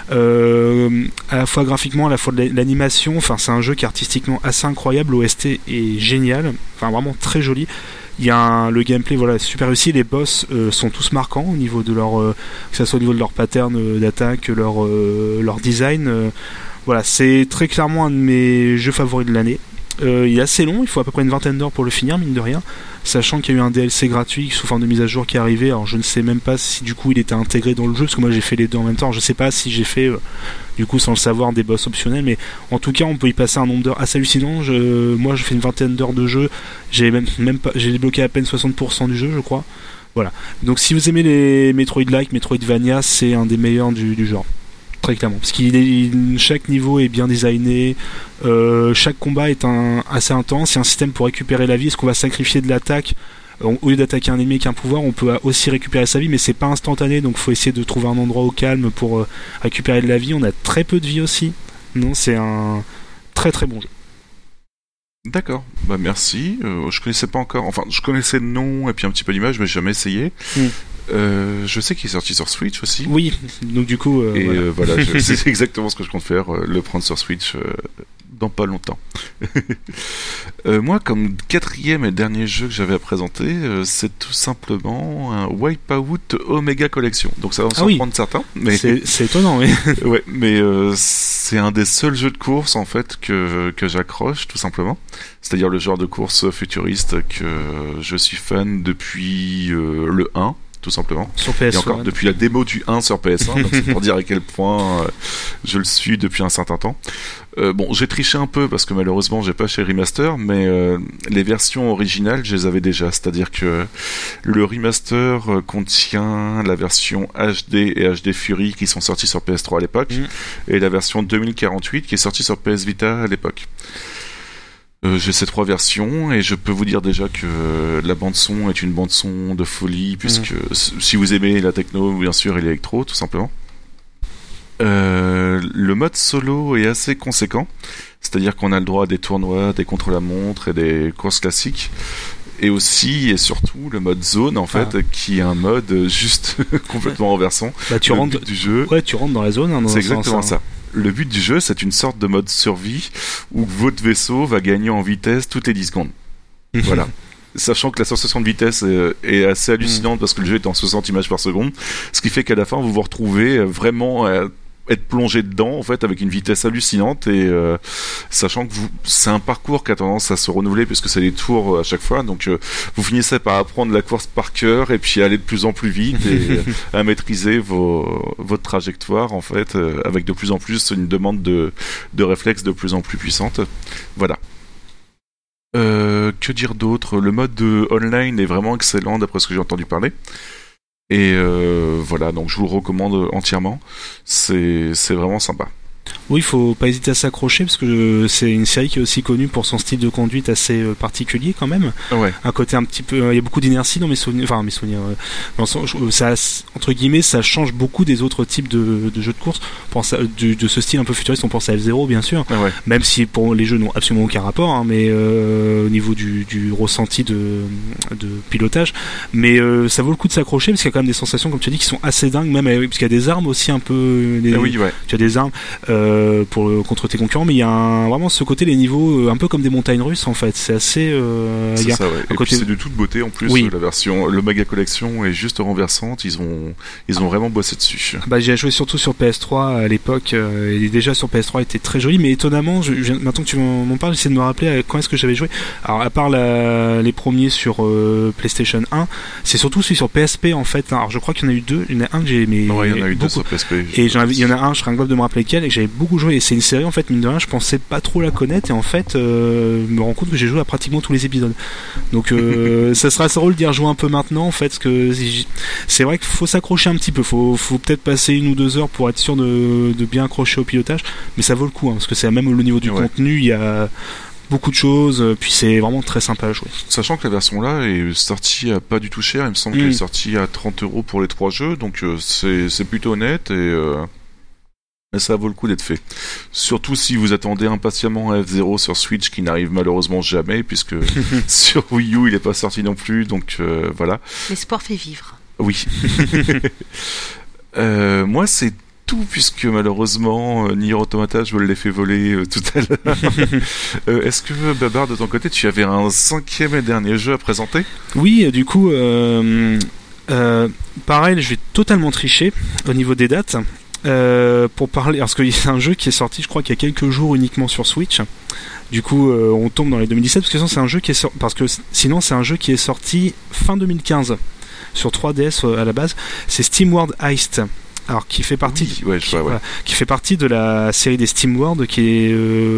euh, à la fois graphiquement, à la fois de l'animation. Enfin, c'est un jeu qui est artistiquement assez incroyable. L'O S T est génial, enfin vraiment très joli. Il y a un, le gameplay, voilà, super réussi. Les boss euh, sont tous marquants au niveau de leur, euh, que ça soit au niveau de leur pattern euh, d'attaque, leur euh, leur design. Euh, voilà, c'est très clairement un de mes jeux favoris de l'année. Euh, il est assez long, il faut à peu près une vingtaine d'heures pour le finir, mine de rien. Sachant qu'il y a eu un D L C gratuit sous forme de mise à jour qui est arrivé. Alors je ne sais même pas si du coup il était intégré dans le jeu, parce que moi j'ai fait les deux en même temps. Alors, je sais pas si j'ai fait euh, du coup sans le savoir des boss optionnels, mais en tout cas on peut y passer un nombre d'heures assez hallucinant. Je, moi je fais une vingtaine d'heures de jeu, j'ai même, même pas, j'ai débloqué à peine soixante pour cent du jeu je crois. Voilà. Donc si vous aimez les Metroid-like, Metroidvania, c'est un des meilleurs du, du genre. Très clairement, parce qu'il est, chaque niveau est bien designé, euh, chaque combat est un, assez intense, il y a un système pour récupérer la vie. Est-ce qu'on va sacrifier de l'attaque au lieu d'attaquer un ennemi avec un pouvoir, on peut aussi récupérer sa vie, mais c'est pas instantané, donc faut essayer de trouver un endroit au calme pour euh, récupérer de la vie. On a très peu de vie aussi. Non, c'est un très très bon jeu. D'accord, bah merci. Euh, je connaissais pas encore, enfin je connaissais le nom et puis un petit peu l'image, mais j'ai jamais essayé. Mm. Euh, je sais qu'il est sorti sur Switch aussi. Oui, donc du coup. Euh, et voilà, euh, voilà je, c'est exactement ce que je compte faire, euh, le prendre sur Switch euh, dans pas longtemps. euh, moi, comme quatrième et dernier jeu que j'avais à présenter, euh, c'est tout simplement un Wipeout Omega Collection. Donc ça va en ah oui. surprendre certains. Mais... C'est, c'est étonnant, oui. ouais, mais euh, c'est un des seuls jeux de course en fait que, que j'accroche tout simplement. C'est-à-dire le genre de course futuriste que je suis fan depuis euh, le un. Tout simplement. Sur P S un. Et encore ouais. Depuis la démo du un sur P S un, donc c'est pour dire à quel point euh, je le suis depuis un certain temps. Euh, bon, j'ai triché un peu parce que malheureusement j'ai pas chez Remaster, mais euh, les versions originales, je les avais déjà. C'est-à-dire que le remaster euh, contient la version H D et H D Fury qui sont sortis sur P S trois à l'époque, mmh. et la version deux mille quarante-huit qui est sortie sur P S Vita à l'époque. Euh, j'ai ces trois versions et je peux vous dire déjà que euh, la bande son est une bande son de folie, puisque mmh. si vous aimez la techno bien sûr et l'électro tout simplement. Euh, le mode solo est assez conséquent, c'est-à-dire qu'on a le droit à des tournois, des contre-la-montre et des courses classiques, et aussi et surtout le mode zone en fait, ah. qui est un mode juste complètement renversant. Bah, tu le rentres but du jeu. Ouais, tu rentres dans la zone. Hein, dans c'est exactement sens, ça. Le but du jeu, c'est une sorte de mode survie où votre vaisseau va gagner en vitesse toutes les dix secondes. Voilà. Sachant que la sensation de vitesse est, est assez hallucinante parce que le jeu est en soixante images par seconde, ce qui fait qu'à la fin vous vous retrouvez vraiment à être plongé dedans en fait avec une vitesse hallucinante, et euh, sachant que vous, c'est un parcours qui a tendance à se renouveler puisque c'est des tours à chaque fois, donc euh, vous finissez par apprendre la course par cœur et puis aller de plus en plus vite et euh, à maîtriser vos, votre trajectoire en fait, euh, avec de plus en plus une demande de, de réflexes de plus en plus puissante. Voilà. Euh, que dire d'autre ? Le mode de online est vraiment excellent d'après ce que j'ai entendu parler. Et euh, voilà, donc je vous le recommande entièrement. C'est, c'est vraiment sympa. Oui, il faut pas hésiter à s'accrocher parce que c'est une série qui est aussi connue pour son style de conduite assez particulier quand même. Ouais. Un côté un petit peu, il y a beaucoup d'inertie dans mes souvenirs, enfin mes souvenirs. Euh, dans le sens, ça, entre guillemets, ça change beaucoup des autres types de, de jeux de course. On pense à, de, de ce style un peu futuriste, on pense à F zéro bien sûr. Ah ouais. Même si pour les jeux n'ont absolument aucun rapport, hein, mais euh, au niveau du, du ressenti de, de pilotage. Mais euh, ça vaut le coup de s'accrocher parce qu'il y a quand même des sensations, comme tu as dit, qui sont assez dingues, même avec, parce qu'il y a des armes aussi un peu. Des, ah oui, ouais. Tu as des armes. Euh, pour contre tes concurrents, mais il y a un, vraiment ce côté, les niveaux euh, un peu comme des montagnes russes en fait, c'est assez euh, c'est y a ça, ouais. Et côté... puis c'est de toute beauté en plus. Oui. La version, le Mega Collection est juste renversante, ils ont ils ont vraiment bossé dessus. Bah, j'ai joué surtout sur P S trois à l'époque, euh, et déjà sur P S trois il était très joli, mais étonnamment je, je, maintenant que tu m'en parles, j'essaie de me rappeler à quand est-ce que j'avais joué. Alors à part la, les premiers sur euh, PlayStation un, c'est surtout celui sur P S P en fait. Alors je crois qu'il y en a eu deux, il y en a un que j'ai aimé. Ouais, il y en a eu beaucoup. deux sur P S P. Et j'en avais, il y en a un, je serais incapable de me rappeler lequel, et que j'avais beaucoup joué, et c'est une série en fait, mine de rien, je pensais pas trop la connaître, et en fait euh, je me rends compte que j'ai joué à pratiquement tous les épisodes. Donc euh, ça sera assez drôle d'y rejouer un peu maintenant en fait, parce que c'est vrai qu'il faut s'accrocher un petit peu, faut, faut peut-être passer une ou deux heures pour être sûr de, de bien accrocher au pilotage, mais ça vaut le coup, hein, parce que c'est même le niveau du ouais. contenu, il y a beaucoup de choses, puis c'est vraiment très sympa à jouer. Sachant que la version là est sortie à pas du tout cher, il me semble mmh. qu'elle est sortie à trente euros pour les trois jeux, donc euh, c'est, c'est plutôt honnête, et euh... mais ça vaut le coup d'être fait. Surtout si vous attendez impatiemment un F zéro sur Switch qui n'arrive malheureusement jamais, puisque sur Wii U il n'est pas sorti non plus, donc euh, voilà. L'espoir fait vivre. Oui. euh, moi c'est tout, puisque malheureusement euh, Nier Automata je me l'ai fait voler euh, tout à l'heure. euh, est-ce que Babar, de ton côté, tu avais un cinquième et dernier jeu à présenter ? Oui, du coup, euh, euh, pareil, je vais totalement tricher au niveau des dates. Euh, pour parler, parce que c'est un jeu qui est sorti, je crois qu'il y a quelques jours uniquement sur Switch. Du coup, euh, on tombe dans les deux mille dix-sept parce que sinon c'est un jeu qui est sorti, parce que sinon c'est un jeu qui est sorti fin deux mille quinze sur trois D S à la base. C'est SteamWorld Heist. Alors qui fait partie, oui, ouais, je qui, vois, ouais. voilà, qui fait partie de la série des SteamWorld, qui est,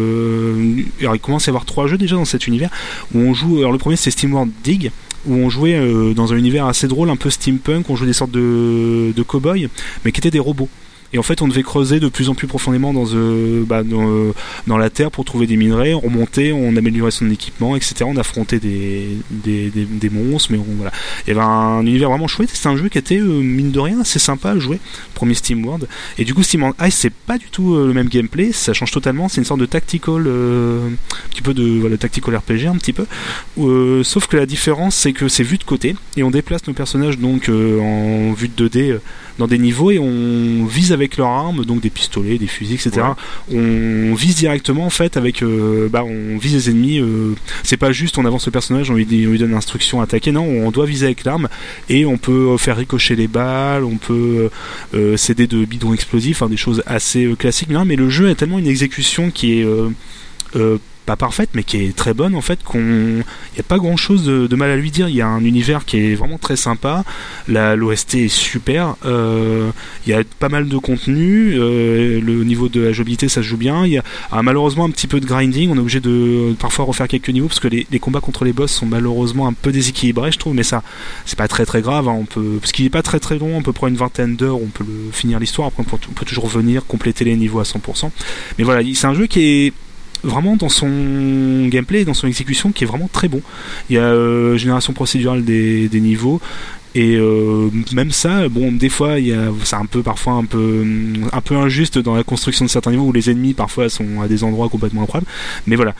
euh, alors il commence à y avoir trois jeux déjà dans cet univers où on joue. Alors le premier c'est SteamWorld Dig, où on jouait euh, dans un univers assez drôle, un peu steampunk, on jouait des sortes de, de cow-boys, mais qui étaient des robots. Et en fait, on devait creuser de plus en plus profondément dans, euh, bah, dans, euh, dans la terre pour trouver des minerais. On montait, on améliorait son équipement, et cetera. On affrontait des, des, des, des monstres, mais on, voilà. Il y avait un univers vraiment chouette. C'était un jeu qui était, euh, mine de rien, assez sympa à jouer. Premier SteamWorld. Et du coup, SteamWorld Heist, c'est pas du tout euh, le même gameplay. Ça change totalement. C'est une sorte de tactical, euh, un petit peu de voilà, tactical R P G, un petit peu. Euh, sauf que la différence, c'est que c'est vu de côté et on déplace nos personnages donc euh, en vue de deux D. Euh, dans des niveaux et on vise avec leurs armes, donc des pistolets, des fusils, et cetera. Ouais. On vise directement en fait avec, euh, bah on vise les ennemis. Euh, c'est pas juste on avance le personnage, on lui, on lui donne l'instruction à attaquer. Non, on doit viser avec l'arme et on peut faire ricocher les balles, on peut euh, s'aider de bidons explosifs, hein, des choses assez euh, classiques. Non, mais le jeu a tellement une exécution qui est euh, euh, pas parfaite mais qui est très bonne en fait, qu'on il y a pas grand chose de, de mal à lui dire. Il y a un univers qui est vraiment très sympa, la l'O S T est super, euh, il y a pas mal de contenu, euh, le niveau de la jouabilité ça se joue bien, il y a ah, malheureusement un petit peu de grinding, on est obligé de parfois refaire quelques niveaux parce que les, les combats contre les boss sont malheureusement un peu déséquilibrés je trouve, mais ça c'est pas très très grave, hein, on peut, parce qu'il est pas très très long, on peut prendre une vingtaine d'heures, on peut le finir l'histoire, après on peut, on peut toujours venir compléter les niveaux à cent pour cent, mais voilà, c'est un jeu qui est vraiment dans son gameplay et dans son exécution qui est vraiment très bon. Il y a euh, génération procédurale des, des niveaux et euh, même ça, bon, des fois il y a, c'est un peu parfois un peu un peu injuste dans la construction de certains niveaux où les ennemis parfois sont à des endroits complètement improbables, mais voilà,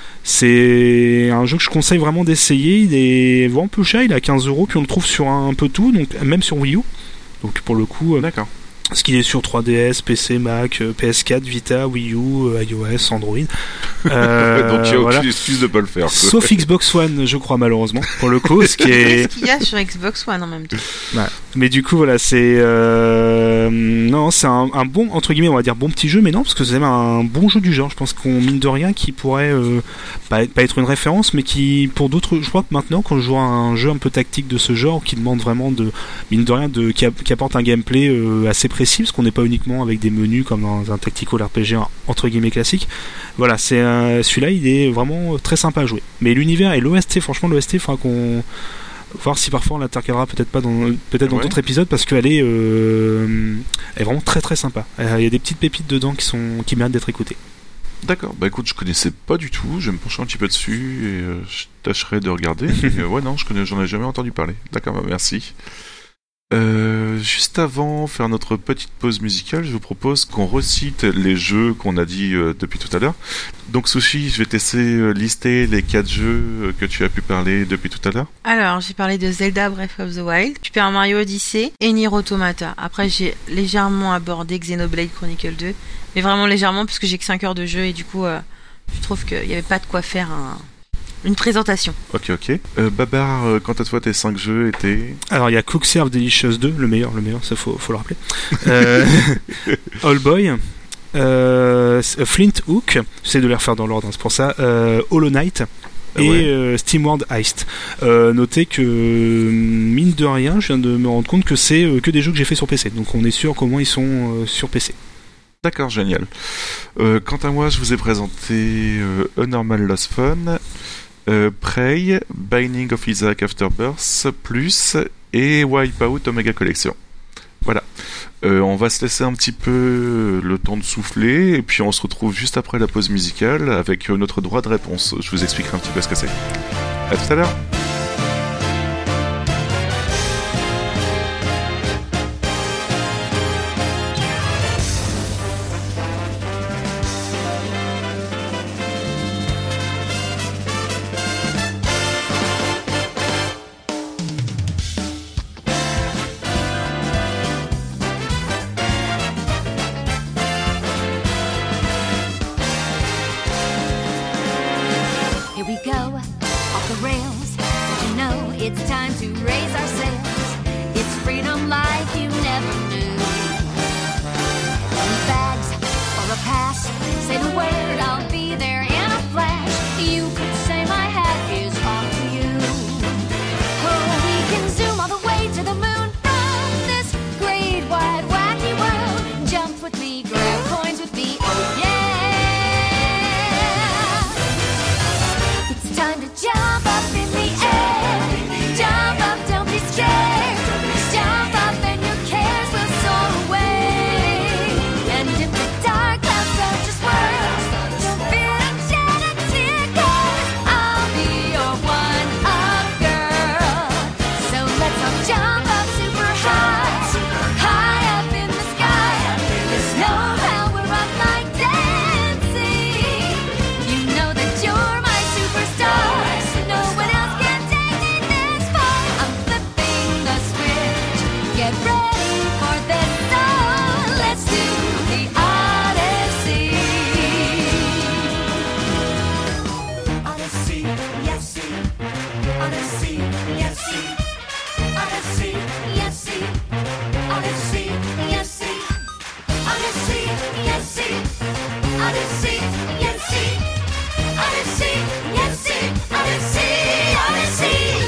c'est un jeu que je conseille vraiment d'essayer. Il est vraiment peu cher, il est à quinze euros, puis on le trouve sur un, un peu tout, donc même sur Wii U, donc pour le coup, euh, d'accord. Parce qu'il est sur trois D S, P C, Mac, P S quatre, Vita, Wii U, iOS, Android. Euh, Donc il n'y a voilà. aucune excuse de ne pas le faire. Sauf Xbox One, je crois, malheureusement, pour le coup. Ce qui est... Qu'est-ce qu'il y a sur Xbox One en même temps? Ouais. Mais du coup, voilà, c'est... Euh... Non, c'est un, un bon, entre guillemets, on va dire bon petit jeu, mais non, parce que c'est même un bon jeu du genre. Je pense qu'on, mine de rien, qui pourrait euh, pas, pas être une référence, mais qui, pour d'autres... Je crois que maintenant, quand je joue à un jeu un peu tactique de ce genre, qui demande vraiment de... Mine de rien, de, qui, a, qui apporte un gameplay euh, assez précis, parce qu'on n'est pas uniquement avec des menus comme dans un tactical R P G entre guillemets classique. Voilà, c'est euh, celui-là, il est vraiment très sympa à jouer. Mais l'univers et l'O S T, franchement, l'O S T, il faudra qu'on voir si parfois on l'intercalera peut-être pas dans peut-être dans Ouais. d'autres épisodes parce qu'elle est euh, elle est vraiment très très sympa. Il y a des petites pépites dedans qui sont qui méritent d'être écoutées. D'accord, bah écoute, je connaissais pas du tout, je vais me pencher un petit peu dessus et euh, je tâcherai de regarder. Mais, euh, ouais, non, je connais, j'en ai jamais entendu parler. D'accord, bah merci. Euh, juste avant de faire notre petite pause musicale, je vous propose qu'on recite les jeux qu'on a dit euh, depuis tout à l'heure. Donc Sushi, je vais te laisser euh, lister les quatre jeux euh, que tu as pu parler depuis tout à l'heure. Alors, j'ai parlé de Zelda Breath of the Wild, Super Mario Odyssey et Nier Automata. Après, j'ai légèrement abordé Xenoblade Chronicle deux, mais vraiment légèrement puisque j'ai que cinq heures de jeu et du coup, euh, je trouve qu'il n'y avait pas de quoi faire un... une présentation. Ok, ok. Euh, Babar, euh, quant à toi, tes cinq jeux étaient... Alors il y a Cook Serve Delicious deux, le meilleur, le meilleur, ça faut, faut le rappeler. Euh, All Boy, euh, Flint Hook, j'essaie de les refaire dans l'ordre, hein, c'est pour ça. Euh, Hollow Knight et Ouais. euh, SteamWorld Heist. Euh, notez que mine de rien, je viens de me rendre compte que c'est euh, que des jeux que j'ai fait sur P C, donc on est sûr qu'au moins ils sont euh, sur P C. D'accord, génial. Euh, quant à moi, je vous ai présenté euh, A Normal Lost Fun, euh, Prey, Binding of Isaac Afterbirth, Plus et Wipeout Omega Collection. Voilà. Euh, on va se laisser un petit peu le temps de souffler et puis on se retrouve juste après la pause musicale avec euh, notre droit de réponse. Je vous expliquerai un petit peu ce que c'est. À tout à l'heure. Here we go, off the rails. But you know it's time to raise our sails. It's freedom like you never knew. Bags or a pass, say the word, I'll be there in a flash. You could say my hat is off to you. Oh, we can zoom all the way to the moon from this great wide wacky world. Jump with me, grab coins with me, oh yeah. Time to jump up in the air. Jump up, don't be scared. Jump up and your cares will soar away. And if the dark clouds start to swirl, don't fear and shed a tear, 'cause I'll be your one-up girl. So let's all jump up super high, high up in the sky. There's no power up like dancing. You know that you're my superstars. No one else can take me this far. I'm flipping the switch. Get ready for this song. Let's do the Odyssey. Odyssey, yes, see. Odyssey, yes, see. Odyssey, yes, see. Odyssey, yes, see. Odyssey, yes, see. Odyssey, yes, see. Odyssey, yes, see. Odyssey, Odyssey.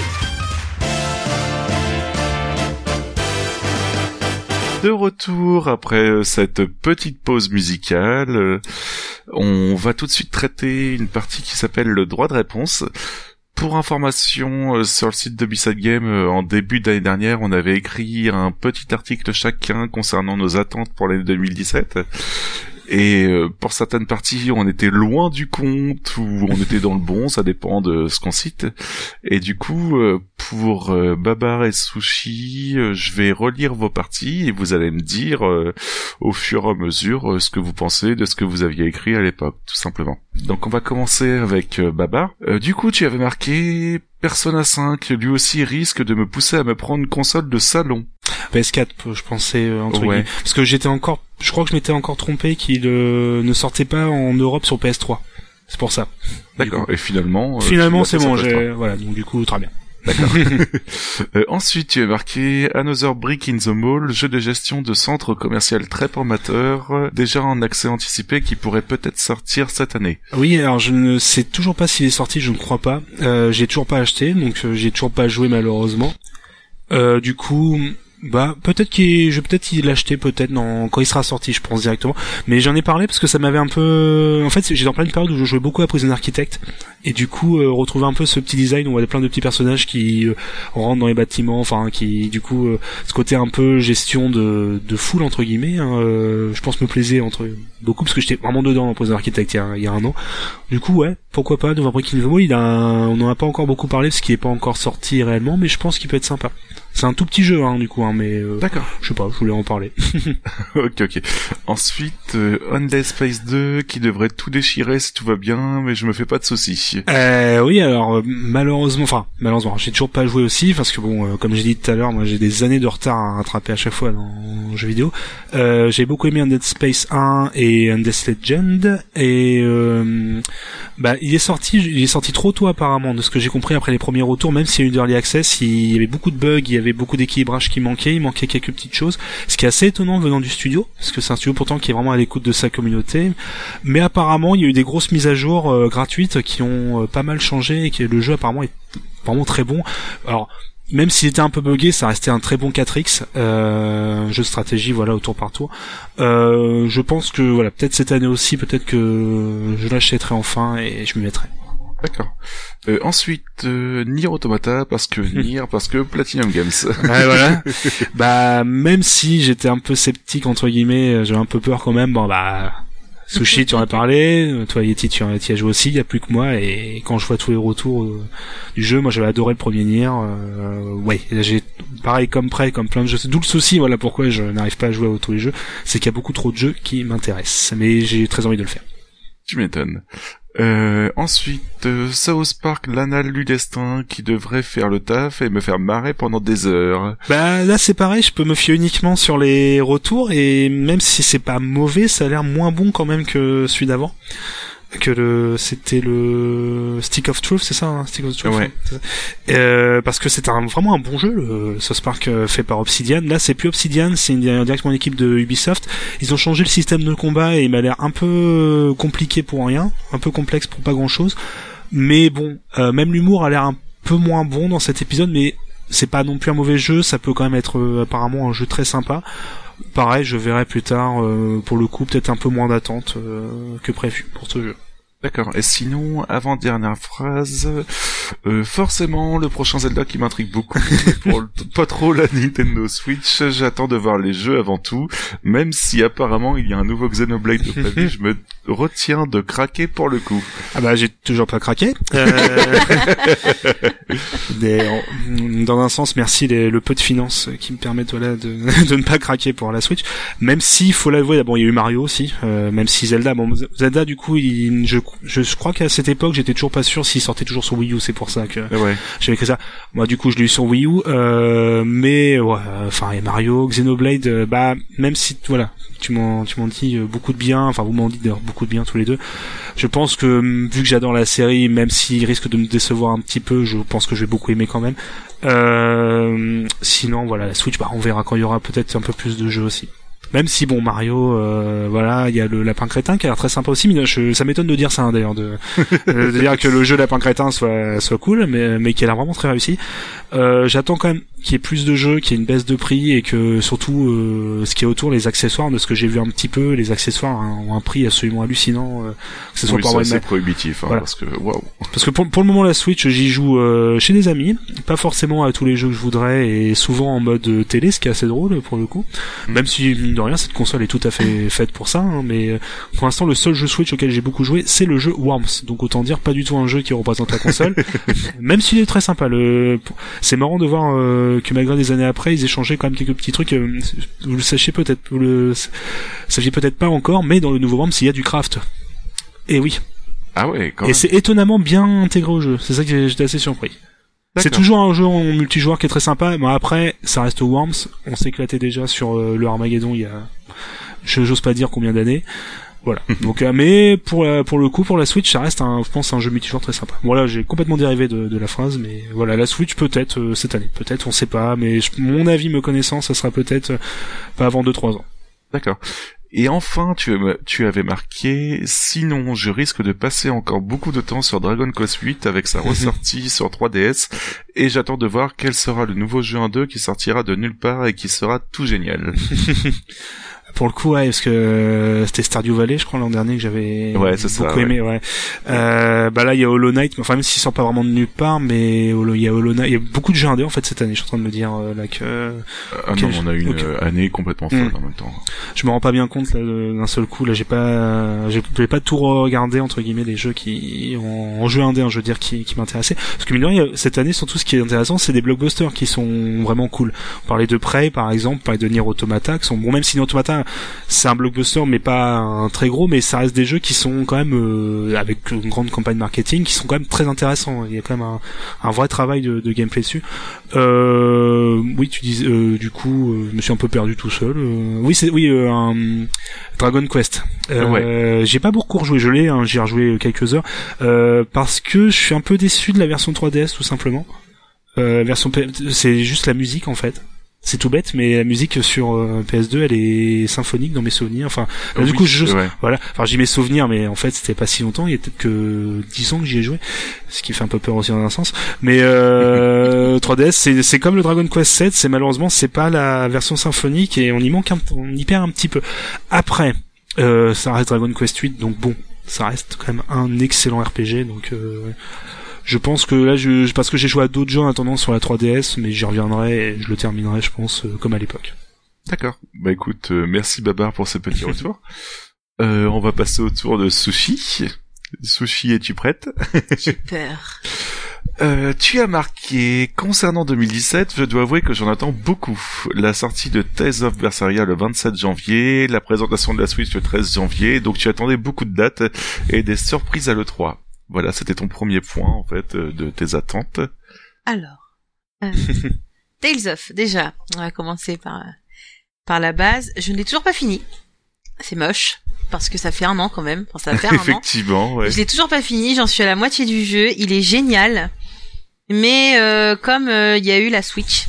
De retour après euh, cette petite pause musicale, euh, on va tout de suite traiter une partie qui s'appelle le droit de réponse. Pour information, euh, sur le site de B-Side Game, euh, en début d'année dernière, on avait écrit un petit article chacun concernant nos attentes pour l'année deux mille dix-sept. Et euh, pour certaines parties, on était loin du compte ou on était dans le bon, ça dépend de ce qu'on cite. Et du coup, euh, pour euh, Babar et Sushi, euh, je vais relire vos parties et vous allez me dire euh, au fur et à mesure euh, ce que vous pensez de ce que vous aviez écrit à l'époque, tout simplement. Donc on va commencer avec euh, Babar. Euh, du coup, tu avais marqué Persona cinq, lui aussi risque de me pousser à me prendre une console de salon. P S quatre, je pensais euh, entre Ouais. guillemets. Parce que j'étais encore, je crois que je m'étais encore trompé qu'il euh, ne sortait pas en Europe sur P S trois. C'est pour ça. D'accord. Et finalement, euh, Finalement, tu l'as c'est fait bon. sur P S trois. J'ai... Voilà, donc du coup, très bien. D'accord. euh, ensuite, tu as marqué Another Brick in the Mall, jeu de gestion de centre commercial très formateur, euh, déjà en accès anticipé qui pourrait peut-être sortir cette année. Oui, alors je ne sais toujours pas s'il est sorti, je ne crois pas. Euh, j'ai toujours pas acheté, donc euh, j'ai toujours pas joué malheureusement. Euh, du coup, Bah peut-être qu'il, je vais peut-être y l'acheter peut-être dans quand il sera sorti, je pense directement. Mais j'en ai parlé parce que ça m'avait un peu. En fait, j'étais en pleine période où je jouais beaucoup à Prison Architect et du coup euh, retrouver un peu ce petit design où on voit plein de petits personnages qui euh, rentrent dans les bâtiments, enfin qui du coup euh, ce côté un peu gestion de de foule entre guillemets. Hein, euh, je pense me plaisait entre beaucoup parce que j'étais vraiment dedans en Prison Architect il y a, il y a un an. Du coup ouais, pourquoi pas. Nouveau Breaking News, il a un... on en a pas encore beaucoup parlé parce qu'il est pas encore sorti réellement, mais je pense qu'il peut être sympa. C'est un tout petit jeu, hein, du coup, hein, mais euh, d'accord. Je sais pas, je voulais en parler. ok, ok. Ensuite, euh, Endless Space deux, qui devrait tout déchirer si tout va bien, mais je me fais pas de soucis. Euh, oui, alors euh, malheureusement, enfin malheureusement, j'ai toujours pas joué aussi parce que bon, euh, comme j'ai dit tout à l'heure, moi j'ai des années de retard à rattraper à chaque fois dans le jeu vidéo. Euh, j'ai beaucoup aimé Endless Space un et Endless Legend et euh, bah il est sorti, il est sorti trop tôt apparemment, de ce que j'ai compris après les premiers retours. Même s'il y a eu d'early access, il y avait beaucoup de bugs, il y avait beaucoup d'équilibrage qui manquait, il manquait quelques petites choses, ce qui est assez étonnant venant du studio, parce que c'est un studio pourtant qui est vraiment à l'écoute de sa communauté, mais apparemment il y a eu des grosses mises à jour euh, gratuites qui ont euh, pas mal changé et que le jeu apparemment est vraiment très bon. Alors même s'il était un peu buggé, ça restait un très bon quatre X, euh, jeu de stratégie, voilà, au tour par tour. Euh, je pense que voilà, peut-être cette année aussi, peut-être que je l'achèterai enfin et je m'y mettrai. D'accord. Euh, ensuite, euh, Nier Automata, parce que Nier, parce que Platinum Games. Ouais, voilà. Bah, même si j'étais un peu sceptique, entre guillemets, j'avais un peu peur quand même, bon, bah, Sushi, tu en as parlé, toi, Yeti, tu en as, tu y as joué aussi, il y a plus que moi, et quand je vois tous les retours euh, du jeu, moi, j'avais adoré le premier Nier, euh, ouais, j'ai, pareil, comme près, comme plein de jeux, d'où le souci, voilà pourquoi je n'arrive pas à jouer à tous les jeux, c'est qu'il y a beaucoup trop de jeux qui m'intéressent, mais j'ai très envie de le faire. Tu m'étonnes. Euh, ensuite, euh, South Park, l'anal du destin, qui devrait faire le taf et me faire marrer pendant des heures. Bah là c'est pareil, je peux me fier uniquement sur les retours et même si c'est pas mauvais, ça a l'air moins bon quand même que celui d'avant. Que le c'était le Stick of Truth, c'est ça, hein, Stick of Truth. Ouais. Hein, euh, parce que c'est un, vraiment un bon jeu, le South Park euh, fait par Obsidian. Là, c'est plus Obsidian, c'est une, directement une équipe de Ubisoft. Ils ont changé le système de combat et il m'a l'air un peu compliqué pour rien, un peu complexe pour pas grand chose. Mais bon, euh, même l'humour a l'air un peu moins bon dans cet épisode, mais c'est pas non plus un mauvais jeu. Ça peut quand même être euh, apparemment un jeu très sympa. Pareil, je verrai plus tard, euh, pour le coup, peut-être un peu moins d'attente euh, que prévu pour ce jeu. D'accord. Et sinon, avant-dernière phrase, euh, forcément, le prochain Zelda qui m'intrigue beaucoup, pour le, pas trop la Nintendo Switch, j'attends de voir les jeux avant tout, même si apparemment il y a un nouveau Xenoblade de prévu, je me retiens de craquer pour le coup. Ah bah j'ai toujours pas craqué. Euh... Des... Dans un sens, merci les... le peu de finances qui me permettent voilà, de... de ne pas craquer pour la Switch, même s'il faut l'avouer, bon il y a eu Mario aussi, euh, même si Zelda, bon Zelda du coup, il... je Je, je crois qu'à cette époque, j'étais toujours pas sûr s'il sortait toujours sur Wii U, c'est pour ça que ouais. j'avais écrit ça. Moi, du coup, je l'ai eu sur Wii U, euh, mais ouais, enfin, et Mario, Xenoblade, euh, bah, même si, voilà, tu m'en, tu m'en dis beaucoup de bien, enfin, vous m'en dites d'ailleurs beaucoup de bien tous les deux. Je pense que, vu que j'adore la série, même s'il risque de me décevoir un petit peu, je pense que je vais beaucoup aimer quand même. Euh, sinon, voilà, la Switch, bah, on verra quand il y aura peut-être un peu plus de jeux aussi. Même si bon Mario, euh, voilà, il y a le lapin crétin qui a l'air très sympa aussi, mais je, ça m'étonne de dire ça hein, d'ailleurs, de, de dire que le jeu lapin crétin soit soit cool, mais mais qui a l'air vraiment très réussi. Euh, j'attends quand même qu'il y ait plus de jeux, qu'il y ait une baisse de prix et que surtout euh, ce qui est autour, les accessoires, de ce que j'ai vu un petit peu, les accessoires hein, ont un prix absolument hallucinant. Euh, que ce soit oui, pour c'est assez prohibitif, hein, voilà. Parce que waouh. Parce que pour pour le moment la Switch, j'y joue euh, chez des amis, pas forcément à tous les jeux que je voudrais et souvent en mode télé, ce qui est assez drôle pour le coup. Mm. Même si mine de rien cette console est tout à fait faite pour ça, hein, mais pour l'instant le seul jeu Switch auquel j'ai beaucoup joué, c'est le jeu Worms. Donc autant dire pas du tout un jeu qui représente la console, même s'il est très sympa. Le c'est marrant de voir euh, que malgré des années après, ils échangeaient quand même quelques petits trucs. Euh, vous le sachiez peut-être, vous le saviez peut-être pas encore, mais dans le nouveau Worms, il y a du craft. Et oui. Ah ouais, quand Et même. c'est étonnamment bien intégré au jeu. C'est ça que j'étais assez surpris. D'accord. C'est toujours un jeu en multijoueur qui est très sympa. Mais après, ça reste Worms. On s'est éclaté déjà sur euh, le Armageddon il y a, je j'ose pas dire combien d'années. Voilà. Donc, euh, mais pour la, pour le coup, pour la Switch, ça reste un, je pense, un jeu multijoueur très sympa. Voilà, j'ai complètement dérivé de, de la phrase, mais voilà, la Switch peut-être euh, cette année, peut-être, on sait pas, mais je, mon avis me connaissant, ça sera peut-être euh, pas avant deux trois ans. D'accord. Et enfin, tu, tu avais marqué, sinon je risque de passer encore beaucoup de temps sur Dragon Quest huit avec sa ressortie sur trois D S, et j'attends de voir quel sera le nouveau jeu en deux qui sortira de nulle part et qui sera tout génial. Pour le coup, ouais, parce que euh, c'était Stardew Valley, je crois, l'an dernier que j'avais ouais, c'est beaucoup ça, aimé. Ouais. Euh, bah là, il y a Hollow Knight, enfin même s'il sort pas vraiment de nulle part, mais il y a Hollow Knight, il y a beaucoup de jeux indés en fait cette année. Je suis en train de me dire euh, là que. Euh, ah non, on a eu une okay. année complètement folle mmh. en même temps. Je me rends pas bien compte là, d'un seul coup. Là, j'ai pas, j'ai pas tout regardé entre guillemets les jeux qui en, en jeu indé, hein, je veux dire, qui, qui m'intéressaient. Parce que mine de rien, cette année, surtout ce qui est intéressant, c'est des blockbusters qui sont vraiment cool. On parlait de Prey, par exemple, on parlait de Nier Automata, qui sont bon, même si Nier Automata c'est un blockbuster mais pas un très gros, mais ça reste des jeux qui sont quand même euh, avec une grande campagne marketing qui sont quand même très intéressants. Il y a quand même un, un vrai travail de, de gameplay dessus. Euh, oui, tu dis euh, du coup, euh, je me suis un peu perdu tout seul. Euh, oui, c'est oui euh, un Dragon Quest. Euh, ouais. J'ai pas beaucoup rejoué, je l'ai, hein, j'ai rejoué quelques heures euh, parce que je suis un peu déçu de la version trois D S tout simplement. Euh, version P... c'est juste la musique en fait. C'est tout bête, mais la musique sur euh, P S deux, elle est symphonique dans mes souvenirs. Enfin, là, oui, du coup, je, ouais. voilà. Enfin, j'ai mes souvenirs, mais en fait, c'était pas si longtemps. Il y a peut-être que dix ans que j'y ai joué, ce qui fait un peu peur aussi dans un sens. Mais euh, trois D S, c'est c'est comme le Dragon Quest sept. C'est malheureusement, c'est pas la version symphonique et on y manque, un, on y perd un petit peu. Après, euh, ça reste Dragon Quest huit, donc bon, ça reste quand même un excellent R P G. Donc euh, je pense que là, je, parce que j'ai joué à d'autres jeux en attendant sur la trois D S, mais j'y reviendrai et je le terminerai, je pense, euh, comme à l'époque. D'accord. Bah écoute, euh, merci Babar pour ce petit retour. euh, on va passer au tour de Sushi. Sushi, es-tu prête? J'ai peur. Euh, tu as marqué, concernant deux mille dix-sept, je dois avouer que j'en attends beaucoup. La sortie de Tales of Berseria le vingt-sept janvier, la présentation de la Switch le treize janvier, donc tu attendais beaucoup de dates et des surprises à l'E trois. Voilà, c'était ton premier point, en fait, de tes attentes. Alors, euh, Tales of, déjà, on va commencer par, par la base. Je ne l'ai toujours pas fini. C'est moche, parce que ça fait un an quand même. Enfin, ça va faire un an. Effectivement, ouais. Je l'ai toujours pas fini, j'en suis à la moitié du jeu. Il est génial. Mais euh, comme il euh, y a eu la Switch,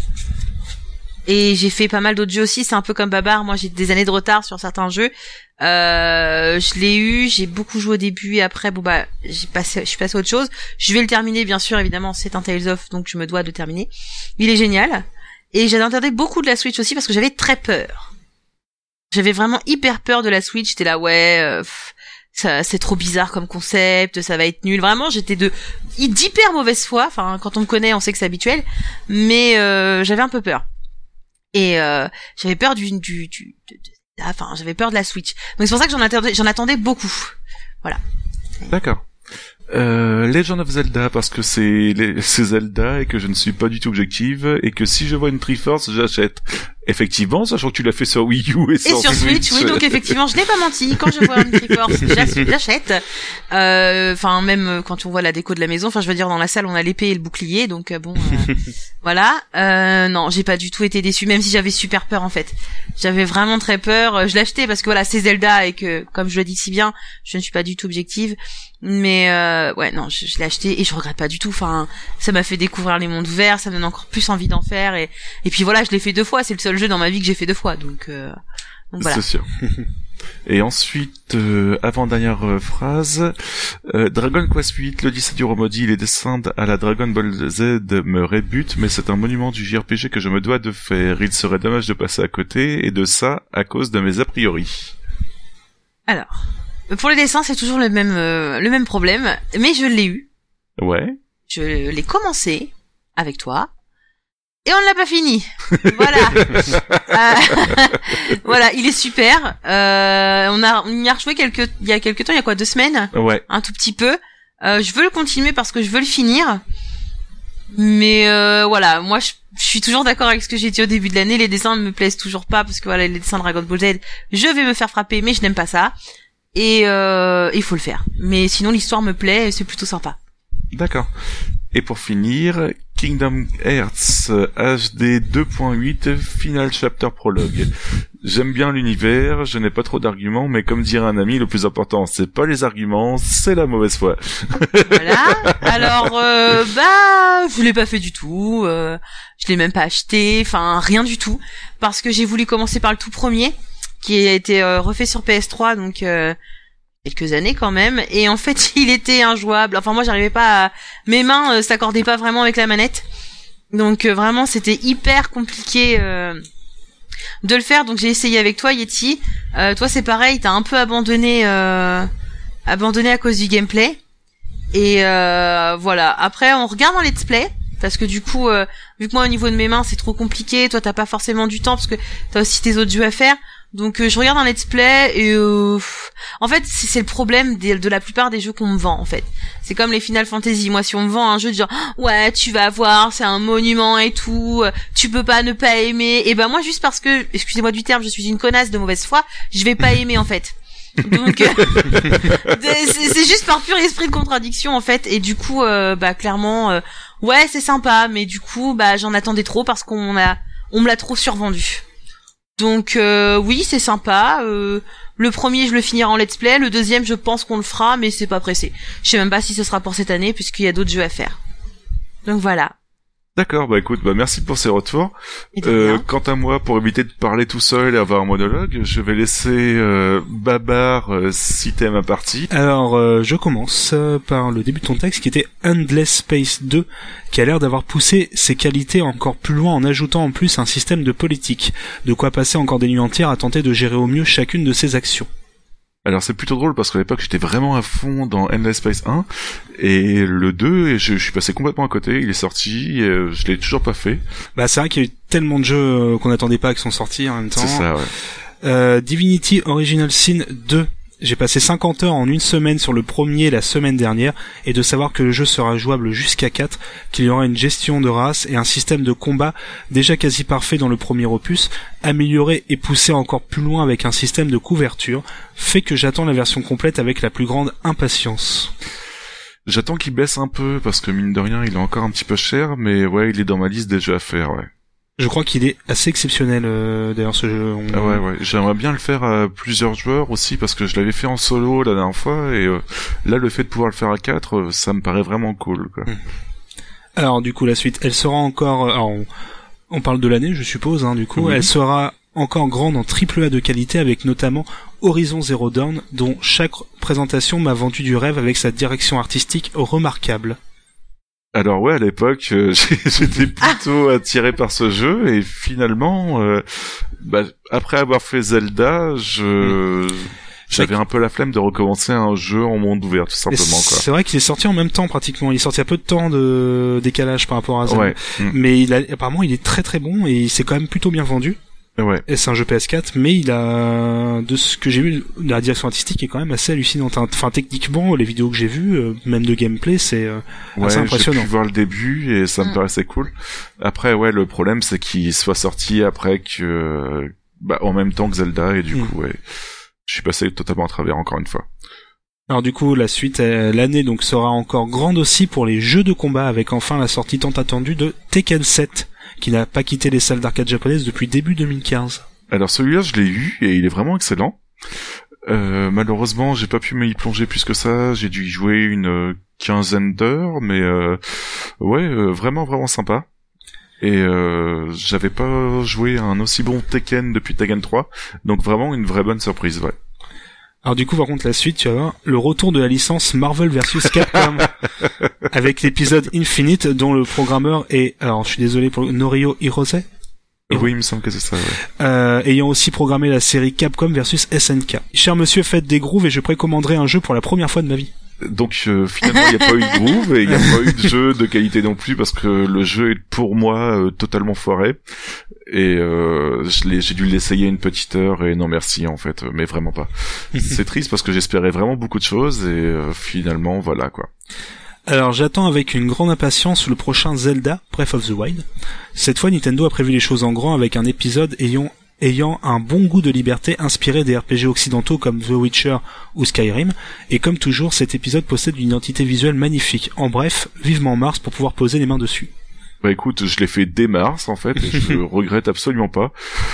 et j'ai fait pas mal d'autres jeux aussi, c'est un peu comme Babar, moi j'ai des années de retard sur certains jeux. Euh, je l'ai eu, j'ai beaucoup joué au début et après bon bah j'ai passé, je suis passé à autre chose. Je vais le terminer bien sûr, évidemment, c'est un Tales of donc je me dois de terminer. Il est génial et j'attendais beaucoup de la Switch aussi parce que j'avais très peur. J'avais vraiment hyper peur de la Switch, j'étais là ouais, euh, pff, ça c'est trop bizarre comme concept, ça va être nul. Vraiment, j'étais de d'hyper mauvaise foi, enfin quand on me connaît, on sait que c'est habituel, mais euh, j'avais un peu peur. Et euh, j'avais peur du du du de, de, enfin, j'avais peur de la Switch. Donc c'est pour ça que j'en attendais, j'en attendais beaucoup. Voilà. D'accord. Euh, Legend of Zelda, parce que c'est, les, c'est Zelda et que je ne suis pas du tout objective et que si je vois une Triforce, j'achète. Effectivement, sachant que tu l'as fait sur Wii U et sur, et sur Switch. Switch. Oui, donc effectivement, je n'ai pas menti. Quand je vois une Triforce, j'achète. Enfin, euh, même quand on voit la déco de la maison, enfin, je veux dire, dans la salle, on a l'épée et le bouclier, donc bon, euh, voilà. Euh, non, j'ai pas du tout été déçue, même si j'avais super peur en fait. J'avais vraiment très peur. Je l'achetais parce que voilà, c'est Zelda et que, comme je le dis si bien, je ne suis pas du tout objective. Mais euh, ouais, non, je, je l'ai acheté et je regrette pas du tout. Enfin, ça m'a fait découvrir les mondes ouverts, ça me donne encore plus envie d'en faire. Et, et puis voilà, je l'ai fait deux fois. C'est le seul jeu dans ma vie que j'ai fait deux fois, donc, euh, donc voilà. C'est sûr. Et ensuite, euh, avant-dernière euh, phrase, euh, Dragon Quest huit, l'Odyssée du roi maudit, les descentes à la Dragon Ball Z me rébutent, mais c'est un monument du J R P G que je me dois de faire. Il serait dommage de passer à côté, et de ça à cause de mes a priori. Alors, pour les dessins, c'est toujours le même euh, le même problème, mais je l'ai eu. Ouais. Je l'ai commencé avec toi. Et on ne l'a pas fini. Voilà. euh, voilà, il est super. Euh, on a, on y a rejoué quelques, il y a quelques temps, il y a quoi, deux semaines? Ouais. Un tout petit peu. Euh, je veux le continuer parce que je veux le finir. Mais euh, voilà, moi je, je suis toujours d'accord avec ce que j'ai dit au début de l'année. Les dessins ne me plaisent toujours pas parce que voilà, les dessins de Dragon Ball Z, je vais me faire frapper, mais je n'aime pas ça. Et euh, il faut le faire. Mais sinon l'histoire me plaît, et c'est plutôt sympa. D'accord. Et pour finir, Kingdom Hearts H D deux point huit Final Chapter Prologue. J'aime bien l'univers, je n'ai pas trop d'arguments, mais comme dirait un ami, le plus important, c'est pas les arguments, c'est la mauvaise foi. Voilà. Alors, euh, bah, je l'ai pas fait du tout. Euh, je l'ai même pas acheté. Enfin, rien du tout, parce que j'ai voulu commencer par le tout premier, qui a été euh, refait sur P S trois, donc euh, quelques années quand même. Et en fait, il était injouable. Enfin, moi, j'arrivais pas à... Mes mains euh, s'accordaient pas vraiment avec la manette. Donc euh, vraiment, c'était hyper compliqué euh, de le faire. Donc j'ai essayé avec toi, Yeti. Euh, toi, c'est pareil, t'as un peu abandonné, euh, abandonné à cause du gameplay. Et euh, voilà. Après, on regarde en let's play. Parce que du coup, euh, vu que moi au niveau de mes mains c'est trop compliqué, toi t'as pas forcément du temps parce que t'as aussi tes autres jeux à faire. Donc euh, je regarde un let's play et euh, pff, en fait c'est, c'est le problème de, de la plupart des jeux qu'on me vend en fait. C'est comme les Final Fantasy. Moi si on me vend un jeu de genre ouais tu vas voir c'est un monument et tout, tu peux pas ne pas aimer. Et ben moi juste parce que excusez-moi du terme je suis une connasse de mauvaise foi, je vais pas aimer en fait. Donc euh, c'est, c'est juste par pur esprit de contradiction en fait. Et du coup euh, bah clairement euh, ouais c'est sympa mais du coup bah j'en attendais trop parce qu'on a on me l'a trop survendu. Donc euh, oui c'est sympa. Euh, le premier je le finirai en let's play, le deuxième je pense qu'on le fera mais c'est pas pressé. Je sais même pas si ce sera pour cette année puisqu'il y a d'autres jeux à faire. Donc voilà. D'accord, bah écoute, bah merci pour ces retours. Euh, quant à moi, pour éviter de parler tout seul et avoir un monologue, je vais laisser euh, Babar euh, citer ma partie. Alors, euh, je commence euh, par le début de ton texte qui était Endless Space deux, qui a l'air d'avoir poussé ses qualités encore plus loin en ajoutant en plus un système de politique, de quoi passer encore des nuits entières à tenter de gérer au mieux chacune de ses actions. Alors c'est plutôt drôle parce qu'à l'époque j'étais vraiment à fond dans Endless Space un et le deux et je, je suis passé complètement à côté, il est sorti, et je l'ai toujours pas fait. Bah c'est vrai qu'il y a eu tellement de jeux qu'on n'attendait pas qui sont sortis en même temps. C'est ça ouais. Euh, Divinity Original Sin deux. J'ai passé cinquante heures en une semaine sur le premier la semaine dernière, et de savoir que le jeu sera jouable jusqu'à quatre, qu'il y aura une gestion de race et un système de combat déjà quasi parfait dans le premier opus, amélioré et poussé encore plus loin avec un système de couverture, fait que j'attends la version complète avec la plus grande impatience. J'attends qu'il baisse un peu, parce que mine de rien il est encore un petit peu cher, mais ouais il est dans ma liste des jeux à faire, ouais. Je crois qu'il est assez exceptionnel euh, d'ailleurs ce jeu. On... Ah ouais ouais, j'aimerais bien le faire à plusieurs joueurs aussi parce que je l'avais fait en solo la dernière fois et euh, là le fait de pouvoir le faire à quatre, euh, ça me paraît vraiment cool quoi. Mmh. Alors du coup la suite, elle sera encore alors, on, on parle de l'année je suppose hein, du coup, mmh. Elle sera encore grande en triple A de qualité avec notamment Horizon Zero Dawn dont chaque présentation m'a vendu du rêve avec sa direction artistique remarquable. Alors ouais, à l'époque, euh, j'étais plutôt attiré par ce jeu et finalement, euh, bah, après avoir fait Zelda, je mmh. j'avais un peu la flemme de recommencer un jeu en monde ouvert, tout simplement. Quoi. C'est vrai qu'il est sorti en même temps pratiquement. Il est sorti à peu de temps de décalage par rapport à Zelda, ouais. mmh. mais il a, apparemment il est très très bon et il s'est quand même plutôt bien vendu. Ouais. Et c'est un jeu P S quatre, mais il a, de ce que j'ai vu, la direction artistique est quand même assez hallucinante. Enfin, techniquement, les vidéos que j'ai vues, euh, même de gameplay, c'est euh, ouais, assez impressionnant. J'ai pu voir le début et ça me paraissait cool. Après, ouais, le problème c'est qu'il soit sorti après que, bah, en même temps que Zelda et du mm. coup, ouais, je suis passé totalement à travers encore une fois. Alors du coup, la suite, euh, l'année donc sera encore grande aussi pour les jeux de combat avec enfin la sortie tant attendue de Tekken sept. Qui n'a pas quitté les salles d'arcade japonaises depuis début deux mille quinze. Alors celui-là, je l'ai eu et il est vraiment excellent. Euh, malheureusement, j'ai pas pu m'y plonger plus que ça. J'ai dû y jouer une quinzaine d'heures, mais euh, ouais, euh, vraiment vraiment sympa. Et euh, j'avais pas joué à un aussi bon Tekken depuis Tekken trois, donc vraiment une vraie bonne surprise, ouais. Alors du coup, par contre, la suite, tu vas voir, le retour de la licence Marvel versus Capcom, avec l'épisode Infinite, dont le programmeur est, alors je suis désolé pour Norio Hirose. Oui, il me semble que c'est ça, ouais. Euh, ayant aussi programmé la série Capcom versus S N K. Cher monsieur, faites des grooves et je précommanderai un jeu pour la première fois de ma vie. Donc euh, finalement il n'y a pas eu de groove et il n'y a pas eu de jeu de qualité non plus parce que le jeu est pour moi euh, totalement foiré et euh, je l'ai, j'ai dû l'essayer une petite heure et non merci en fait, mais vraiment pas. C'est triste parce que j'espérais vraiment beaucoup de choses et euh, finalement voilà quoi. Alors j'attends avec une grande impatience le prochain Zelda Breath of the Wild. Cette fois Nintendo a prévu les choses en grand avec un épisode ayant ayant un bon goût de liberté inspiré des R P G occidentaux comme The Witcher ou Skyrim, et comme toujours cet épisode possède une identité visuelle magnifique. En bref, vivement Mars pour pouvoir poser les mains dessus. Bah écoute, je l'ai fait dès mars en fait, et je regrette absolument pas.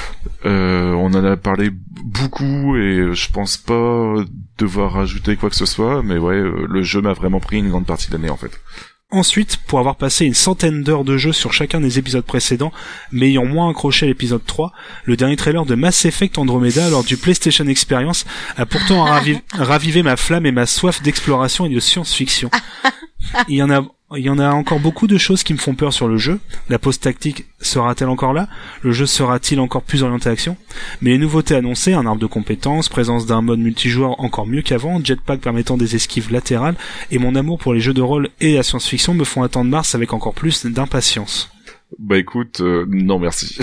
Euh, on en a parlé beaucoup et je pense pas devoir rajouter quoi que ce soit, mais ouais, le jeu m'a vraiment pris une grande partie de l'année en fait. Ensuite, pour avoir passé une centaine d'heures de jeu sur chacun des épisodes précédents, mais ayant moins accroché à l'épisode trois, le dernier trailer de Mass Effect Andromeda lors du PlayStation Experience a pourtant ravi- ravivé ma flamme et ma soif d'exploration et de science-fiction. Il y en a, il y en a encore beaucoup de choses qui me font peur sur le jeu. La pause tactique sera-t-elle encore là? Le jeu sera-t-il encore plus orienté action? Mais les nouveautés annoncées, un arbre de compétences, présence d'un mode multijoueur encore mieux qu'avant, jetpack permettant des esquives latérales, et mon amour pour les jeux de rôle et la science-fiction me font attendre mars avec encore plus d'impatience. Bah écoute, euh, non merci.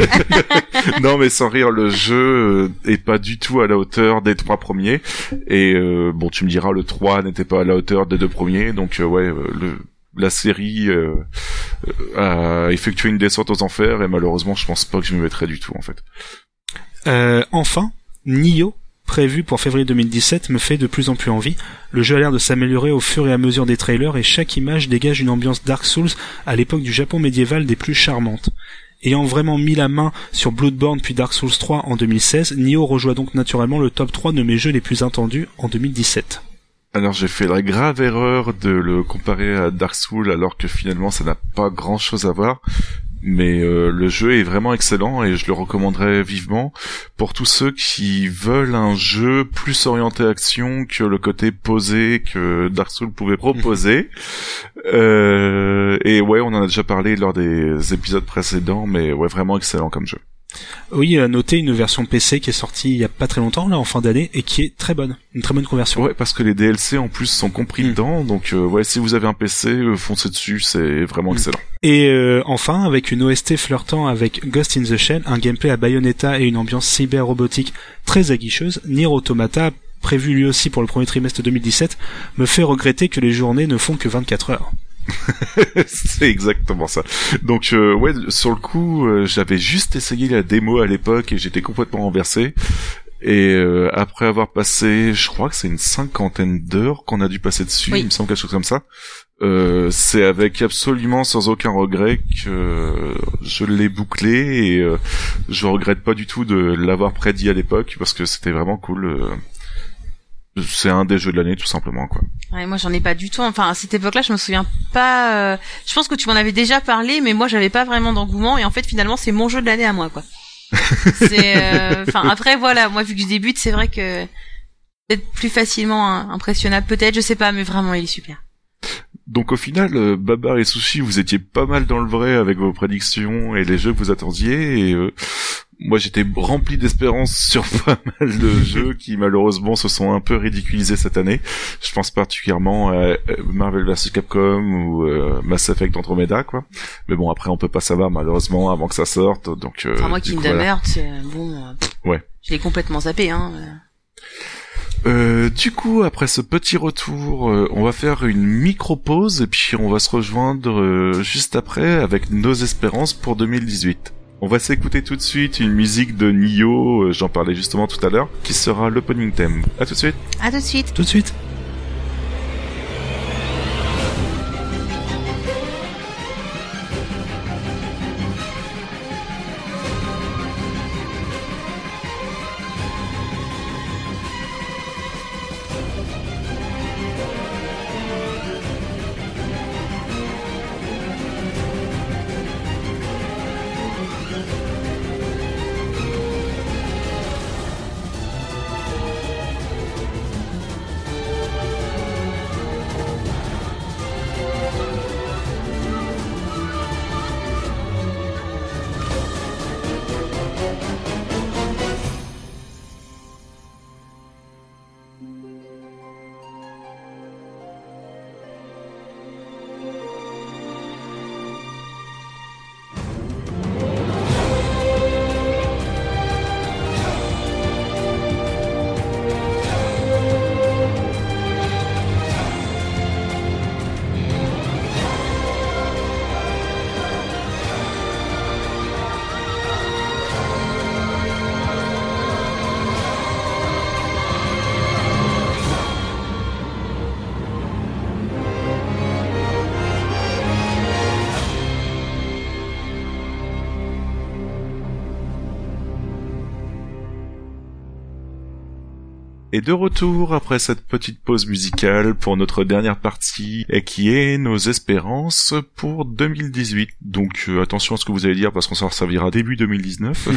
Non mais sans rire, le jeu euh, est pas du tout à la hauteur des trois premiers. Et euh, bon, tu me diras, le trois n'était pas à la hauteur des deux premiers. Donc euh, ouais, euh, le, la série euh, a effectué une descente aux enfers. Et malheureusement, je pense pas que je me mettrai du tout en fait. Euh, enfin, Nioh, prévu pour février deux mille dix-sept, me fait de plus en plus envie. Le jeu a l'air de s'améliorer au fur et à mesure des trailers et chaque image dégage une ambiance Dark Souls à l'époque du Japon médiéval des plus charmantes. Ayant vraiment mis la main sur Bloodborne puis Dark Souls trois en deux mille seize, Nioh rejoint donc naturellement le top trois de mes jeux les plus attendus en deux mille dix-sept. Alors j'ai fait la grave erreur de le comparer à Dark Souls alors que finalement ça n'a pas grand chose à voir. Mais euh, le jeu est vraiment excellent et je le recommanderais vivement pour tous ceux qui veulent un jeu plus orienté action que le côté posé que Dark Souls pouvait proposer. euh, et ouais, on en a déjà parlé lors des épisodes précédents, mais ouais, vraiment excellent comme jeu. Oui, à noter une version P C qui est sortie il y a pas très longtemps, là, en fin d'année, et qui est très bonne. Une très bonne conversion. Ouais, parce que les D L C en plus sont compris Mm. dedans, donc euh, ouais, si vous avez un P C, euh, foncez dessus, c'est vraiment Mm. excellent. Et euh, enfin, avec une O S T flirtant avec Ghost in the Shell, un gameplay à Bayonetta et une ambiance cyber-robotique très aguicheuse, Nier Automata, prévu lui aussi pour le premier trimestre deux mille dix-sept, me fait regretter que les journées ne font que vingt-quatre heures. C'est exactement ça. Donc euh, ouais, sur le coup, euh, j'avais juste essayé la démo à l'époque et j'étais complètement renversé. Et euh, après avoir passé, je crois que c'est une cinquantaine d'heures qu'on a dû passer dessus, Oui. il me semble quelque chose comme ça. Euh, c'est avec absolument sans aucun regret que euh, je l'ai bouclé et euh, je regrette pas du tout de l'avoir prédit à l'époque parce que c'était vraiment cool. euh, C'est un des jeux de l'année tout simplement quoi. Ouais, moi j'en ai pas du tout. Enfin, à cette époque-là, je me souviens pas. euh, Je pense que tu m'en avais déjà parlé, mais moi j'avais pas vraiment d'engouement. Et en fait, finalement, c'est mon jeu de l'année à moi, quoi. C'est. euh, Enfin, après, voilà. Moi, vu que je débute, c'est vrai que peut-être plus facilement hein, impressionnable, peut-être. Je sais pas, mais vraiment, il est super. Donc au final, euh, Babar et Sushi, vous étiez pas mal dans le vrai avec vos prédictions et les jeux que vous attendiez. Et euh, moi, j'étais rempli d'espérance sur pas mal de jeux qui malheureusement se sont un peu ridiculisés cette année. Je pense particulièrement à Marvel versus. Capcom ou euh, Mass Effect Andromeda, quoi. Mais bon, après, on peut pas savoir malheureusement avant que ça sorte. Donc, euh, Enfin, moi, du coup, Kingdom voilà. Hearts, c'est bon. euh, pff, Ouais. Je l'ai complètement zappé, hein. euh. Euh, du coup, après ce petit retour, euh, on va faire une micro-pause et puis on va se rejoindre euh, juste après avec nos espérances pour deux mille dix-huit. On va s'écouter tout de suite une musique de Nioh, euh, j'en parlais justement tout à l'heure, qui sera l'opening theme. À tout de suite. À tout de suite. Tout de suite. Thank Et de retour après cette petite pause musicale pour notre dernière partie, et qui est nos espérances pour deux mille dix-huit. Donc euh, attention à ce que vous allez dire parce qu'on s'en servira début deux mille dix-neuf.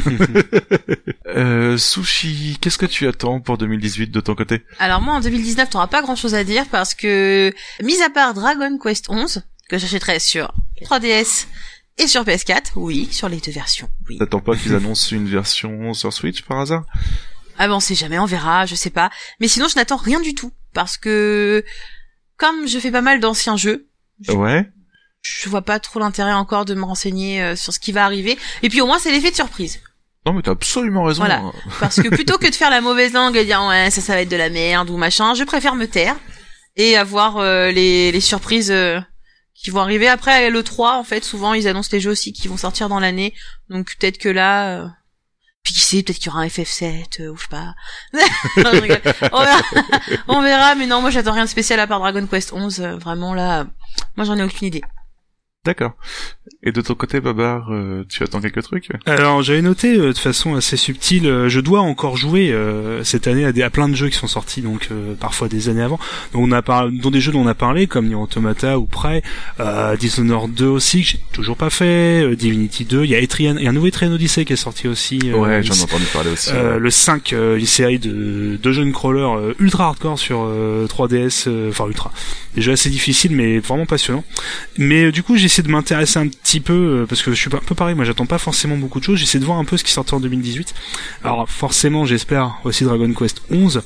euh, Sushi, qu'est-ce que tu attends pour deux mille dix-huit de ton côté? Alors moi en deux mille dix-neuf, t'auras pas grand chose à dire parce que, mis à part Dragon Quest onze, que j'achèterai sur trois D S et sur P S quatre, oui, sur les deux versions, oui. T'attends pas qu'ils annoncent une version sur Switch par hasard? Ah ben on sait jamais, on verra, je sais pas. Mais sinon je n'attends rien du tout, parce que comme je fais pas mal d'anciens jeux, je, Ouais. je vois pas trop l'intérêt encore de me renseigner euh, sur ce qui va arriver. Et puis au moins c'est l'effet de surprise. Non mais t'as absolument raison. Voilà. Parce que plutôt que de faire la mauvaise langue et dire ouais ça ça va être de la merde ou machin, je préfère me taire et avoir euh, les, les surprises euh, qui vont arriver. Après le trois en fait, souvent ils annoncent les jeux aussi qui vont sortir dans l'année, donc peut-être que là... Euh... Puis qui sait, peut-être qu'il y aura un F F sept, euh, ou je sais pas. Non, je rigole. On verra. On verra, mais non, moi j'attends rien de spécial à part Dragon Quest onze, euh, vraiment là, moi j'en ai aucune idée. D'accord. Et de ton côté, Babar, euh, tu attends quelques trucs? Alors j'avais noté euh, de façon assez subtile, euh, je dois encore jouer euh, cette année à, des, à plein de jeux qui sont sortis, donc euh, parfois des années avant. Donc on a par... dont des jeux dont on a parlé, comme Nier Automata ou Prey, euh, Dishonored deux aussi que j'ai toujours pas fait, euh, Divinity deux. Il y a Etrian, il y a un nouveau Etrian Odyssey qui est sorti aussi. Euh, Ouais, j'en ai entendu parler aussi. Euh, ouais. Le cinq, euh, une série de deux jeux crawler euh, ultra hardcore sur euh, trois D S, euh, enfin ultra. Des jeux assez difficiles mais vraiment passionnants. Mais euh, du coup j'ai essayé de m'intéresser un petit peu euh, parce que je suis un peu pareil, moi j'attends pas forcément beaucoup de choses, j'essaie de voir un peu ce qui sortait en deux mille dix-huit. Alors forcément j'espère aussi Dragon Quest onze.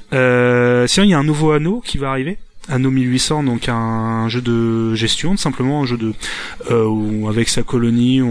Euh, sinon il y a un nouveau anneau qui va arriver. Anno mille huit cents, donc un jeu de gestion, simplement un jeu de euh, où avec sa colonie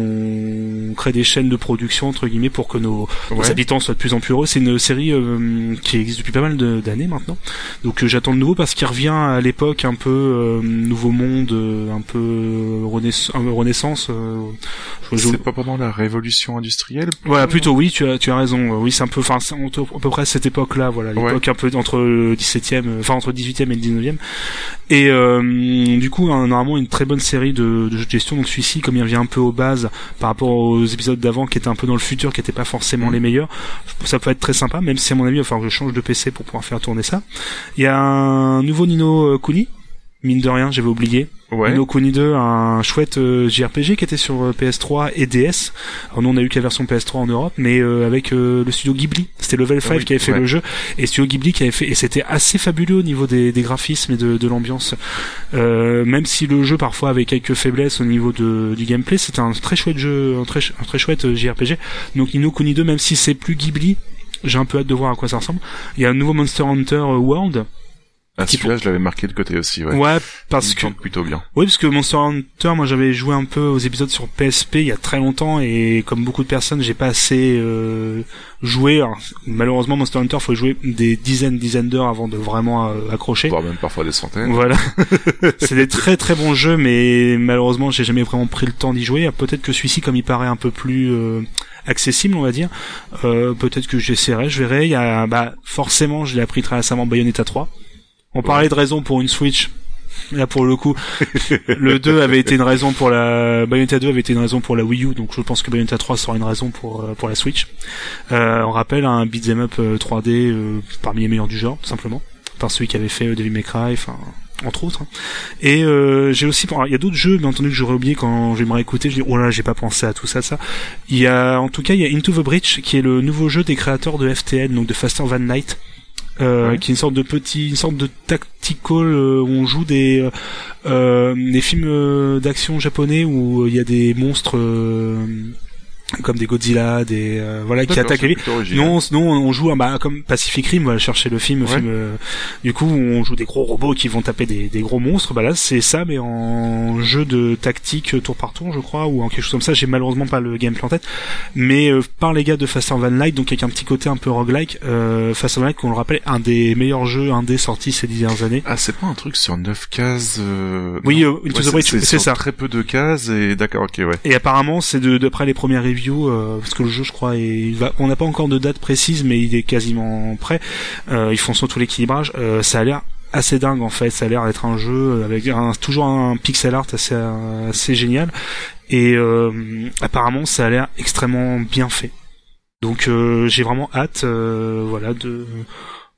on crée des chaînes de production entre guillemets pour que nos, Ouais. nos habitants soient de plus en plus heureux. C'est une série euh, qui existe depuis pas mal de, d'années maintenant, donc euh, j'attends le nouveau parce qu'il revient à l'époque un peu euh, nouveau monde, euh, un peu renaiss- un peu renaissance. Euh, je- je- C'est pas pendant la révolution industrielle? voilà, plutôt oui, tu as tu as raison. Oui, c'est un peu, enfin, c'est entre- à peu près cette époque-là, voilà, l'époque un peu entre le dix-septième, enfin entre le dix-huitième et le dix-neuvième. Et euh, du coup, un, normalement une très bonne série de, de jeux de gestion. Donc celui-ci, comme il revient un peu aux bases par rapport aux épisodes d'avant, qui étaient un peu dans le futur, qui étaient pas forcément Mmh. les meilleurs, ça peut être très sympa. Même si à mon avis, enfin, je change de P C pour pouvoir faire tourner ça. Il y a un nouveau Ni no Kuni. Mine de rien, j'avais oublié. Ouais. Ni no Kuni deux, un chouette euh, J R P G qui était sur euh, P S trois et D S. Alors nous on a eu que la version P S trois en Europe, mais euh, avec euh, le studio Ghibli. C'était Level cinq oui, qui avait fait ouais. le jeu, et studio Ghibli qui avait fait, et c'était assez fabuleux au niveau des, des graphismes et de, de l'ambiance. Euh, même si le jeu parfois avait quelques faiblesses au niveau de, du gameplay, c'était un très chouette jeu, un très, un très chouette euh, J R P G. Donc Ni no Kuni deux, même si c'est plus Ghibli, j'ai un peu hâte de voir à quoi ça ressemble. Il y a un nouveau Monster Hunter World. Ah, qui celui-là, je l'avais marqué de côté aussi, ouais. Ouais, Il parce me que tente plutôt bien. oui, parce que Monster Hunter, moi j'avais joué un peu aux épisodes sur P S P il y a très longtemps, et comme beaucoup de personnes, j'ai pas assez euh, joué. Alors, malheureusement, Monster Hunter, faut jouer des dizaines, dizaines d'heures avant de vraiment euh, accrocher. Voire même parfois des centaines. Voilà. C'est des très très bons jeux, mais malheureusement, j'ai jamais vraiment pris le temps d'y jouer. Peut-être que celui-ci, comme il paraît un peu plus euh, accessible, on va dire, euh, peut-être que j'essaierai, je verrai. Il y a, bah, forcément, je l'ai appris très récemment, Bayonetta trois. On parlait de raison pour une Switch. Là, pour le coup, le deux avait été une raison pour la, Bayonetta deux avait été une raison pour la Wii U, donc je pense que Bayonetta trois sera une raison pour, euh, pour la Switch. Euh, on rappelle un beat'em up euh, trois D, euh, parmi les meilleurs du genre, tout simplement. Par celui qui avait fait euh, Devil May Cry, enfin, entre autres. Et, euh, j'ai aussi, alors, il y a d'autres jeux, bien entendu, que j'aurais oublié quand je vais me réécouter, je dis, oh là, j'ai pas pensé à tout ça, ça. Il y a, en tout cas, il y a Into the Breach, qui est le nouveau jeu des créateurs de F T L, donc de Faster Than Light. Euh, Ouais. qui est une sorte de petit, une sorte de tactical euh, où on joue des euh, euh, des films euh, d'action japonais où il y a des monstres euh, comme des Godzilla, des euh, voilà qui D'accord, attaquent c'est les villes. plutôt original. Non, non, on joue bah, comme Pacific Rim, on va chercher le film, le Ouais. film euh, du coup on joue des gros robots qui vont taper des, des gros monstres. Bah là c'est ça, mais en jeu de tactique tour par tour, je crois, ou en quelque chose comme ça. J'ai malheureusement pas le gameplay en tête, mais euh, par les gars de Faster Than Light, donc avec un petit côté un peu roguelike. Euh, Faster Than Light, qu'on le rappelle, un des meilleurs jeux indés sortis ces dix dernières années. Ah, c'est pas un truc sur neuf cases, euh... Oui, non. euh, Into Ouais, the Breach, c'est sur ça. très peu de cases et d'accord, ok, ouais. Et apparemment, c'est de d'après les premières reviews, euh, parce que le jeu, je crois, est, il va, on n'a pas encore de date précise, mais il est quasiment prêt. Euh, ils font surtout l'équilibrage. Euh, ça a l'air assez dingue en fait. Ça a l'air d'être un jeu avec un, toujours un pixel art assez assez génial. Et euh, apparemment, ça a l'air extrêmement bien fait. Donc, euh, j'ai vraiment hâte, euh, voilà, de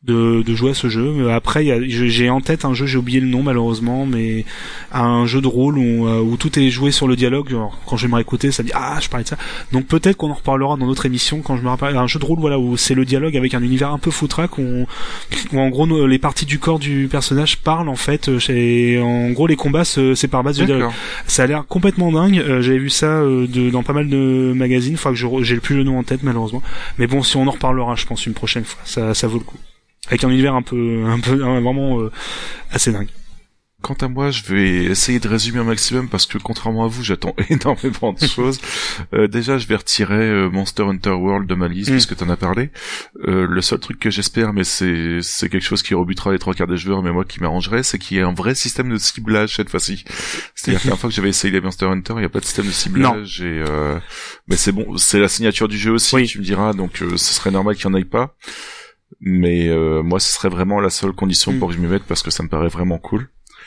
de, de jouer à ce jeu. Mais après, il y a, j'ai en tête un jeu, j'ai oublié le nom malheureusement, mais un jeu de rôle où, où tout est joué sur le dialogue. Genre, quand je vais me réécouter, ça me dit ah, je parlais de ça. Donc peut-être qu'on en reparlera dans notre émission quand je me rappelle. Un jeu de rôle, voilà, où c'est le dialogue avec un univers un peu foutraque, où, où en gros les parties du corps du personnage parlent en fait. Et en gros, les combats se, c'est par base de dialogue. Ça a l'air complètement dingue. Euh, j'avais vu ça euh, de, dans pas mal de magazines. Faut que je, j'ai plus le nom en tête malheureusement. Mais bon, si on en reparlera, je pense une prochaine fois. Ça, ça vaut le coup. Avec un univers un peu, un peu, vraiment euh, assez dingue. Quant à moi, je vais essayer de résumer un maximum parce que contrairement à vous, j'attends énormément de choses. Euh, déjà, je vais retirer euh, Monster Hunter World de ma liste mm. puisque t'en as parlé. Euh, le seul truc que j'espère, mais c'est c'est quelque chose qui rebutera les trois quarts des joueurs, mais moi qui m'arrangerait, c'est qu'il y ait un vrai système de ciblage cette fois-ci. C'est-à-dire que la fois que j'avais essayé les Monster Hunter, il n'y a pas de système de ciblage. Non. Et euh, mais c'est bon, c'est la signature du jeu aussi. Oui. Tu me diras, donc euh, ce serait normal qu'il n'y en ait pas. Mais euh, moi, ce serait vraiment la seule condition mm. pour que je m'y mette parce que ça me paraît vraiment cool.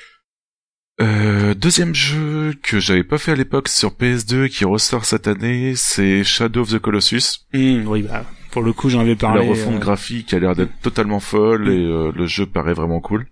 Euh, deuxième jeu que j'avais pas fait à l'époque sur P S deux et qui ressort cette année, c'est Shadow of the Colossus. Mmh, oui, bah, pour le coup, j'en avais parlé. La refonte euh... graphique a l'air d'être mmh. totalement folle mmh. et euh, le jeu paraît vraiment cool.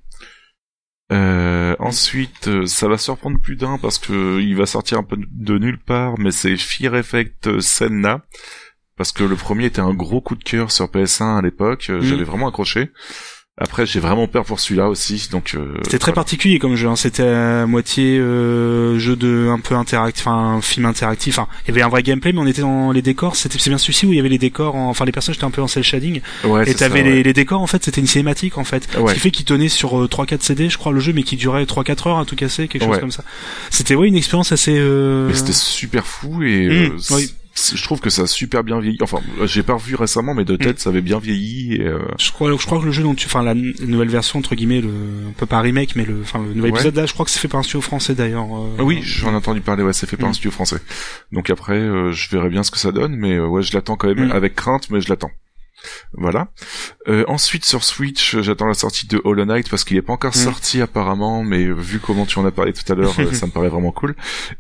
Euh, ensuite, euh, ça va surprendre plus d'un parce que il va sortir un peu de nulle part, mais c'est Fear Effect Senna. Parce que le premier était un gros coup de cœur sur P S un à l'époque, mmh. j'avais vraiment accroché. Après, j'ai vraiment peur pour celui-là aussi, donc. Euh, C'était très voilà. particulier comme jeu. Hein. C'était à moitié euh, jeu de un peu interactif, enfin un film interactif. Enfin, il y avait un vrai gameplay, mais on était dans les décors. C'était c'est bien celui-ci où il y avait les décors, en... enfin les personnages étaient un peu en cel shading. Ouais, et t'avais ça, les, ouais. les décors. En fait, c'était une cinématique en fait, ouais. ce qui fait qu'il tenait sur euh, trois quatre C D, je crois, le jeu, mais qui durait trois quatre heures à tout casser, quelque chose ouais. comme ça. C'était ouais une expérience assez. Euh... Mais c'était super fou et. Mmh, euh, oui. Je trouve que ça a super bien vieilli. Enfin, j'ai pas revu récemment, mais de tête, mmh. ça avait bien vieilli. Et euh... Je crois, je crois que le jeu dont tu, enfin la nouvelle version entre guillemets, le, un peu pas un remake, mais le, enfin le nouvel ouais. épisode là, je crois que c'est fait par un studio français d'ailleurs. Euh... Oui, j'en ai entendu parler. Ouais, c'est fait par mmh. un studio français. Donc après, euh, je verrai bien ce que ça donne, mais euh, ouais, je l'attends quand même mmh. avec crainte, mais je l'attends. Voilà. Euh, ensuite sur Switch, j'attends la sortie de Hollow Knight parce qu'il est pas encore mmh. sorti apparemment, mais vu comment tu en as parlé tout à l'heure, ça me paraît vraiment cool.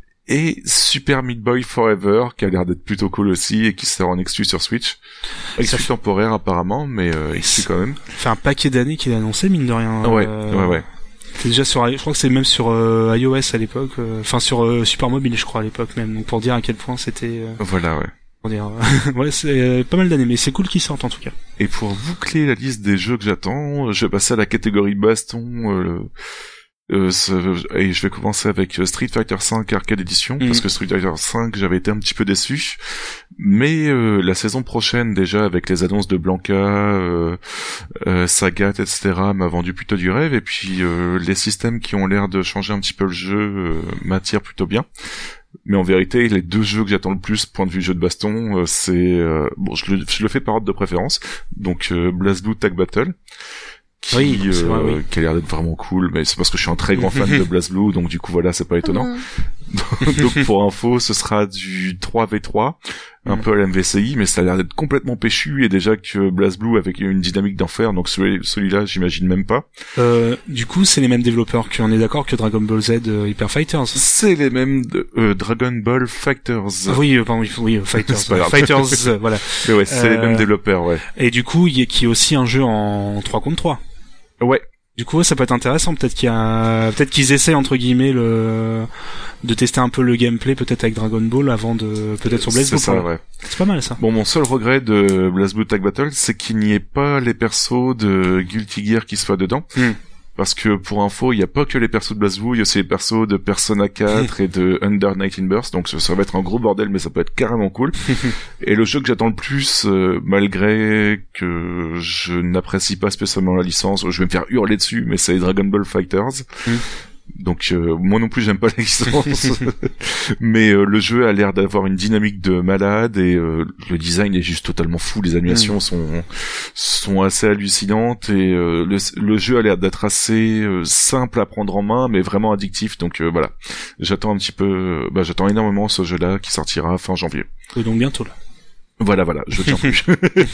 Et Super Meat Boy Forever, qui a l'air d'être plutôt cool aussi, et qui sort en exclu sur Switch. Exclu fait... temporaire apparemment, mais euh, exclu quand même. Ça fait un paquet d'années qu'il est annoncé, mine de rien. Ouais, euh... ouais, ouais. C'est déjà sur, je crois que c'est même sur euh, iOS à l'époque, enfin euh, sur euh, Super Mobile, je crois à l'époque même. Donc pour dire à quel point c'était. Euh... Voilà, ouais. Pour dire, ouais, c'est euh, pas mal d'années, mais c'est cool qu'ils sortent en tout cas. Et pour boucler la liste des jeux que j'attends, je vais passer à la catégorie baston. Euh, Euh, et je vais commencer avec Street Fighter cinq Arcade Edition mmh. parce que Street Fighter cinq j'avais été un petit peu déçu, mais euh, la saison prochaine déjà avec les annonces de Blanca, euh, euh, Sagat, et cetera m'a vendu plutôt du rêve, et puis euh, les systèmes qui ont l'air de changer un petit peu le jeu euh, m'attirent plutôt bien. Mais en vérité, les deux jeux que j'attends le plus, point de vue jeu de baston, euh, c'est euh, bon, je le, je le fais par ordre de préférence, donc euh, BlazBlue Tag Battle. Qui, oui, euh, vrai, oui. qui a l'air d'être vraiment cool, mais c'est parce que je suis un très grand fan de BlazBlue, donc du coup voilà, c'est pas étonnant. Mmh. Donc pour info, ce sera du trois v trois, un mmh. peu à la M V C I, mais ça a l'air d'être complètement péchu, et déjà que BlazBlue avec une dynamique d'enfer, donc celui, celui-là, j'imagine même pas. Euh, du coup, c'est les mêmes développeurs, qu'on est d'accord, que Dragon Ball Z euh, Hyper Fighters. C'est les mêmes de, euh, Dragon Ball Fighters. Ah, oui, euh, pardon, oui, oui euh, Fighters. Fighters, euh, voilà. Mais ouais, c'est euh, les mêmes développeurs, ouais. Et du coup, il y a qui est aussi un jeu en trois contre trois. Ouais. Du coup, ouais, ça peut être intéressant. Peut-être qu'il y a, peut-être qu'ils essaient entre guillemets le, de tester un peu le gameplay, peut-être avec Dragon Ball avant de, peut-être sur BlazBlue. C'est ça, ouais. C'est pas mal ça. Bon, mon seul regret de BlazBlue Tag Battle, c'est qu'il n'y ait pas les persos de Guilty Gear qui soient dedans. Mm. Parce que pour info, il n'y a pas que les persos de BlazBlue, il y a aussi les persos de Persona quatre et de Under dix-neuf Burst, donc ça, ça va être un gros bordel, mais ça peut être carrément cool. Et le jeu que j'attends le plus, euh, malgré que je n'apprécie pas spécialement la licence, je vais me faire hurler dessus, mais c'est Dragon Ball Fighters. Mm. Donc euh, moi non plus j'aime pas la licence, mais euh, le jeu a l'air d'avoir une dynamique de malade, et euh, le design est juste totalement fou, les animations mmh. sont sont assez hallucinantes, et euh, le, le jeu a l'air d'être assez euh, simple à prendre en main, mais vraiment addictif. Donc euh, voilà, j'attends un petit peu, bah j'attends énormément ce jeu-là qui sortira fin janvier. Et donc bientôt là. Voilà, voilà, je tiens plus.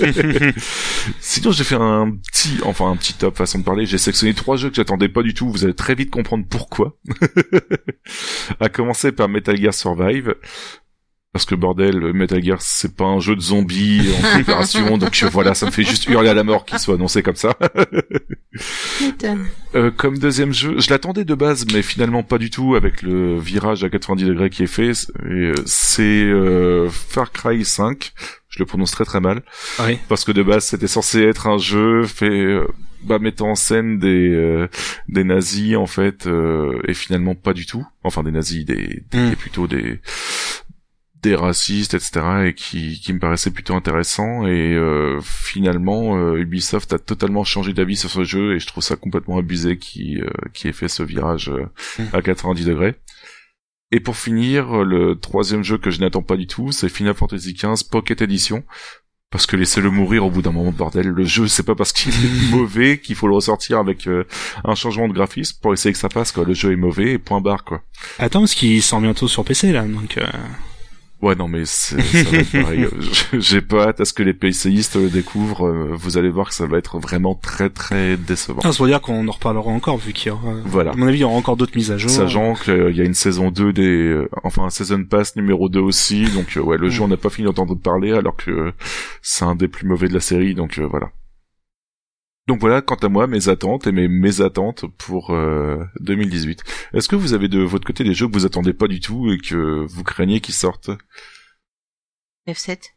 Sinon, j'ai fait un petit, enfin un petit top façon de parler. J'ai sélectionné trois jeux que j'attendais pas du tout. Vous allez très vite comprendre pourquoi. À commencer par Metal Gear Survive. Parce que bordel, Metal Gear, c'est pas un jeu de zombies en coopération, donc euh, voilà, ça me fait juste hurler à la mort qu'il soit annoncé comme ça. M'étonne. Euh, comme deuxième jeu, je l'attendais de base, mais finalement pas du tout avec le virage à quatre-vingt-dix degrés qui est fait. Et, euh, c'est euh, Far Cry cinq. Je le prononce très très mal. Oui. Parce que de base, c'était censé être un jeu fait euh, bah, mettant en scène des euh, des nazis en fait, euh, et finalement pas du tout. Enfin des nazis, des, des Mm. plutôt des des racistes, et cetera, et qui, qui me paraissait plutôt intéressant, et euh, finalement euh, Ubisoft a totalement changé d'avis sur ce jeu, et je trouve ça complètement abusé qui euh, qui ait fait ce virage euh, Mm. à quatre-vingt-dix degrés. Et pour finir, le troisième jeu que je n'attends pas du tout, c'est Final Fantasy quinze Pocket Edition, parce que laissez-le mourir au bout d'un moment, bordel. Le jeu, c'est pas parce qu'il est mauvais qu'il faut le ressortir avec euh, un changement de graphisme pour essayer que ça passe, quoi. Le jeu est mauvais et point barre, quoi. Attends, parce qu'il sort bientôt sur P C là, donc. Euh... Ouais, non, mais c'est, ça va être pareil. J'ai pas hâte à ce que les PCistes le découvrent. Euh, Vous allez voir que ça va être vraiment très très décevant. Ah, ça veut dire qu'on en reparlera encore vu qu'il y aura. Voilà. À mon avis, il y aura encore d'autres mises à jour. Sachant qu'il y a une saison deux des, euh, enfin un season pass numéro deux aussi, donc euh, ouais, le Mm. jeu on n'a pas fini d'entendre parler alors que euh, c'est un des plus mauvais de la série, donc euh, voilà. Donc voilà, quant à moi, mes attentes et mes mésattentes pour euh, deux mille dix-huit. Est-ce que vous avez de votre côté des jeux que vous attendez pas du tout et que vous craignez qu'ils sortent? F sept.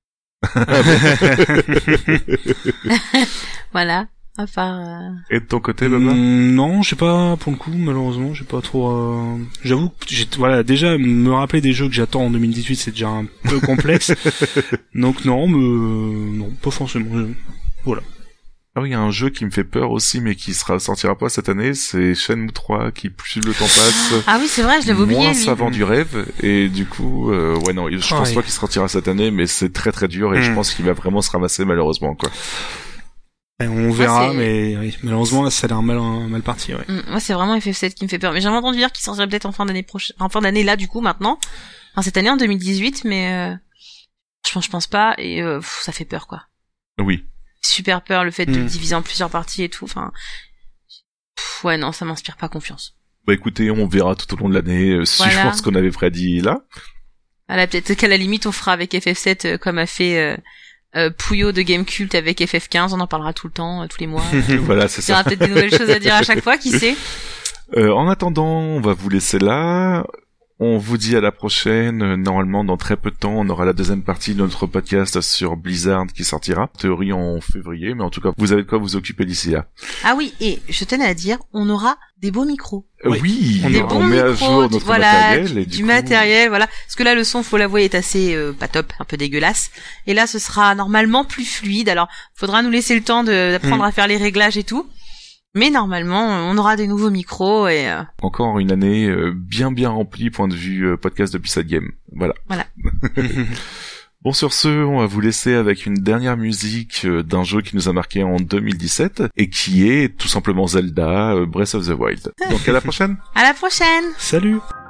Voilà. À part. euh, Et de ton côté, Baba? Mm, non, je sais pas, pour le coup, malheureusement, j'ai pas trop, euh... j'avoue que j'ai, voilà, déjà, me rappeler des jeux que j'attends en deux mille dix-huit, c'est déjà un peu complexe. Donc non, me, non, pas forcément. je- Ah oui, il y a un jeu qui me fait peur aussi, mais qui sera sortira pas cette année, c'est Shenmue trois, qui plus le temps passe, Ah oui, c'est vrai, je l'avais oublié. moins lui. ça vend du rêve, et du coup, euh, ouais non, je Ah pense oui. pas qu'il sortira cette année, mais c'est très très dur, et je Mm. pense qu'il va vraiment se ramasser malheureusement, quoi. Et on verra, c'est- mais oui, malheureusement, là, ça a l'air mal, mal parti, ouais. Mm, Moi, c'est vraiment F F sept qui me fait peur. Mais j'ai entendu dire qu'il sortirait peut-être en fin d'année prochaine, en fin d'année là, du coup, maintenant. Enfin, cette année, en deux mille dix-huit, mais euh, je pense, je pense pas. Et euh, pff, ça fait peur, quoi. Oui. Super peur, le fait de Mm. le diviser en plusieurs parties et tout. Enfin, pff, ouais, non, ça m'inspire pas confiance. Bah écoutez, on verra tout au long de l'année, euh, suivant Voilà. ce qu'on avait prédit là. Voilà, peut-être qu'à la limite, on fera avec F F sept euh, comme a fait euh, euh, Pouillot de Gamecult avec F F quinze. On en parlera tout le temps, euh, tous les mois. Voilà, c'est Il y aura ça. peut-être des nouvelles choses à dire à chaque fois, qui sait. Euh, en attendant, on va vous laisser là. On vous dit à la prochaine. Euh, Normalement, dans très peu de temps, on aura la deuxième partie de notre podcast sur Blizzard qui sortira. En théorie en février, mais en tout cas, vous avez de quoi vous occuper d'ici là. Ah oui, et je tenais à dire, on aura des beaux micros. Euh, Oui. Oui, On on, Des aura- bons met à micros, jour du- notre voilà, matériel. du, Et du du coup, matériel, voilà. Parce que là, le son, faut l'avouer, est assez euh, pas top, un peu dégueulasse. Et là, ce sera normalement plus fluide. Alors, faudra nous laisser le temps de- d'apprendre Mm. à faire les réglages et tout. Mais normalement, on aura des nouveaux micros et euh, Encore une année euh, bien bien remplie point de vue euh, podcast de Pissade Game. Voilà. Bon, sur ce, on va vous laisser avec une dernière musique euh, d'un jeu qui nous a marqué en deux mille dix-sept et qui est tout simplement Zelda euh, Breath of the Wild. Donc à la prochaine. à la prochaine. Salut!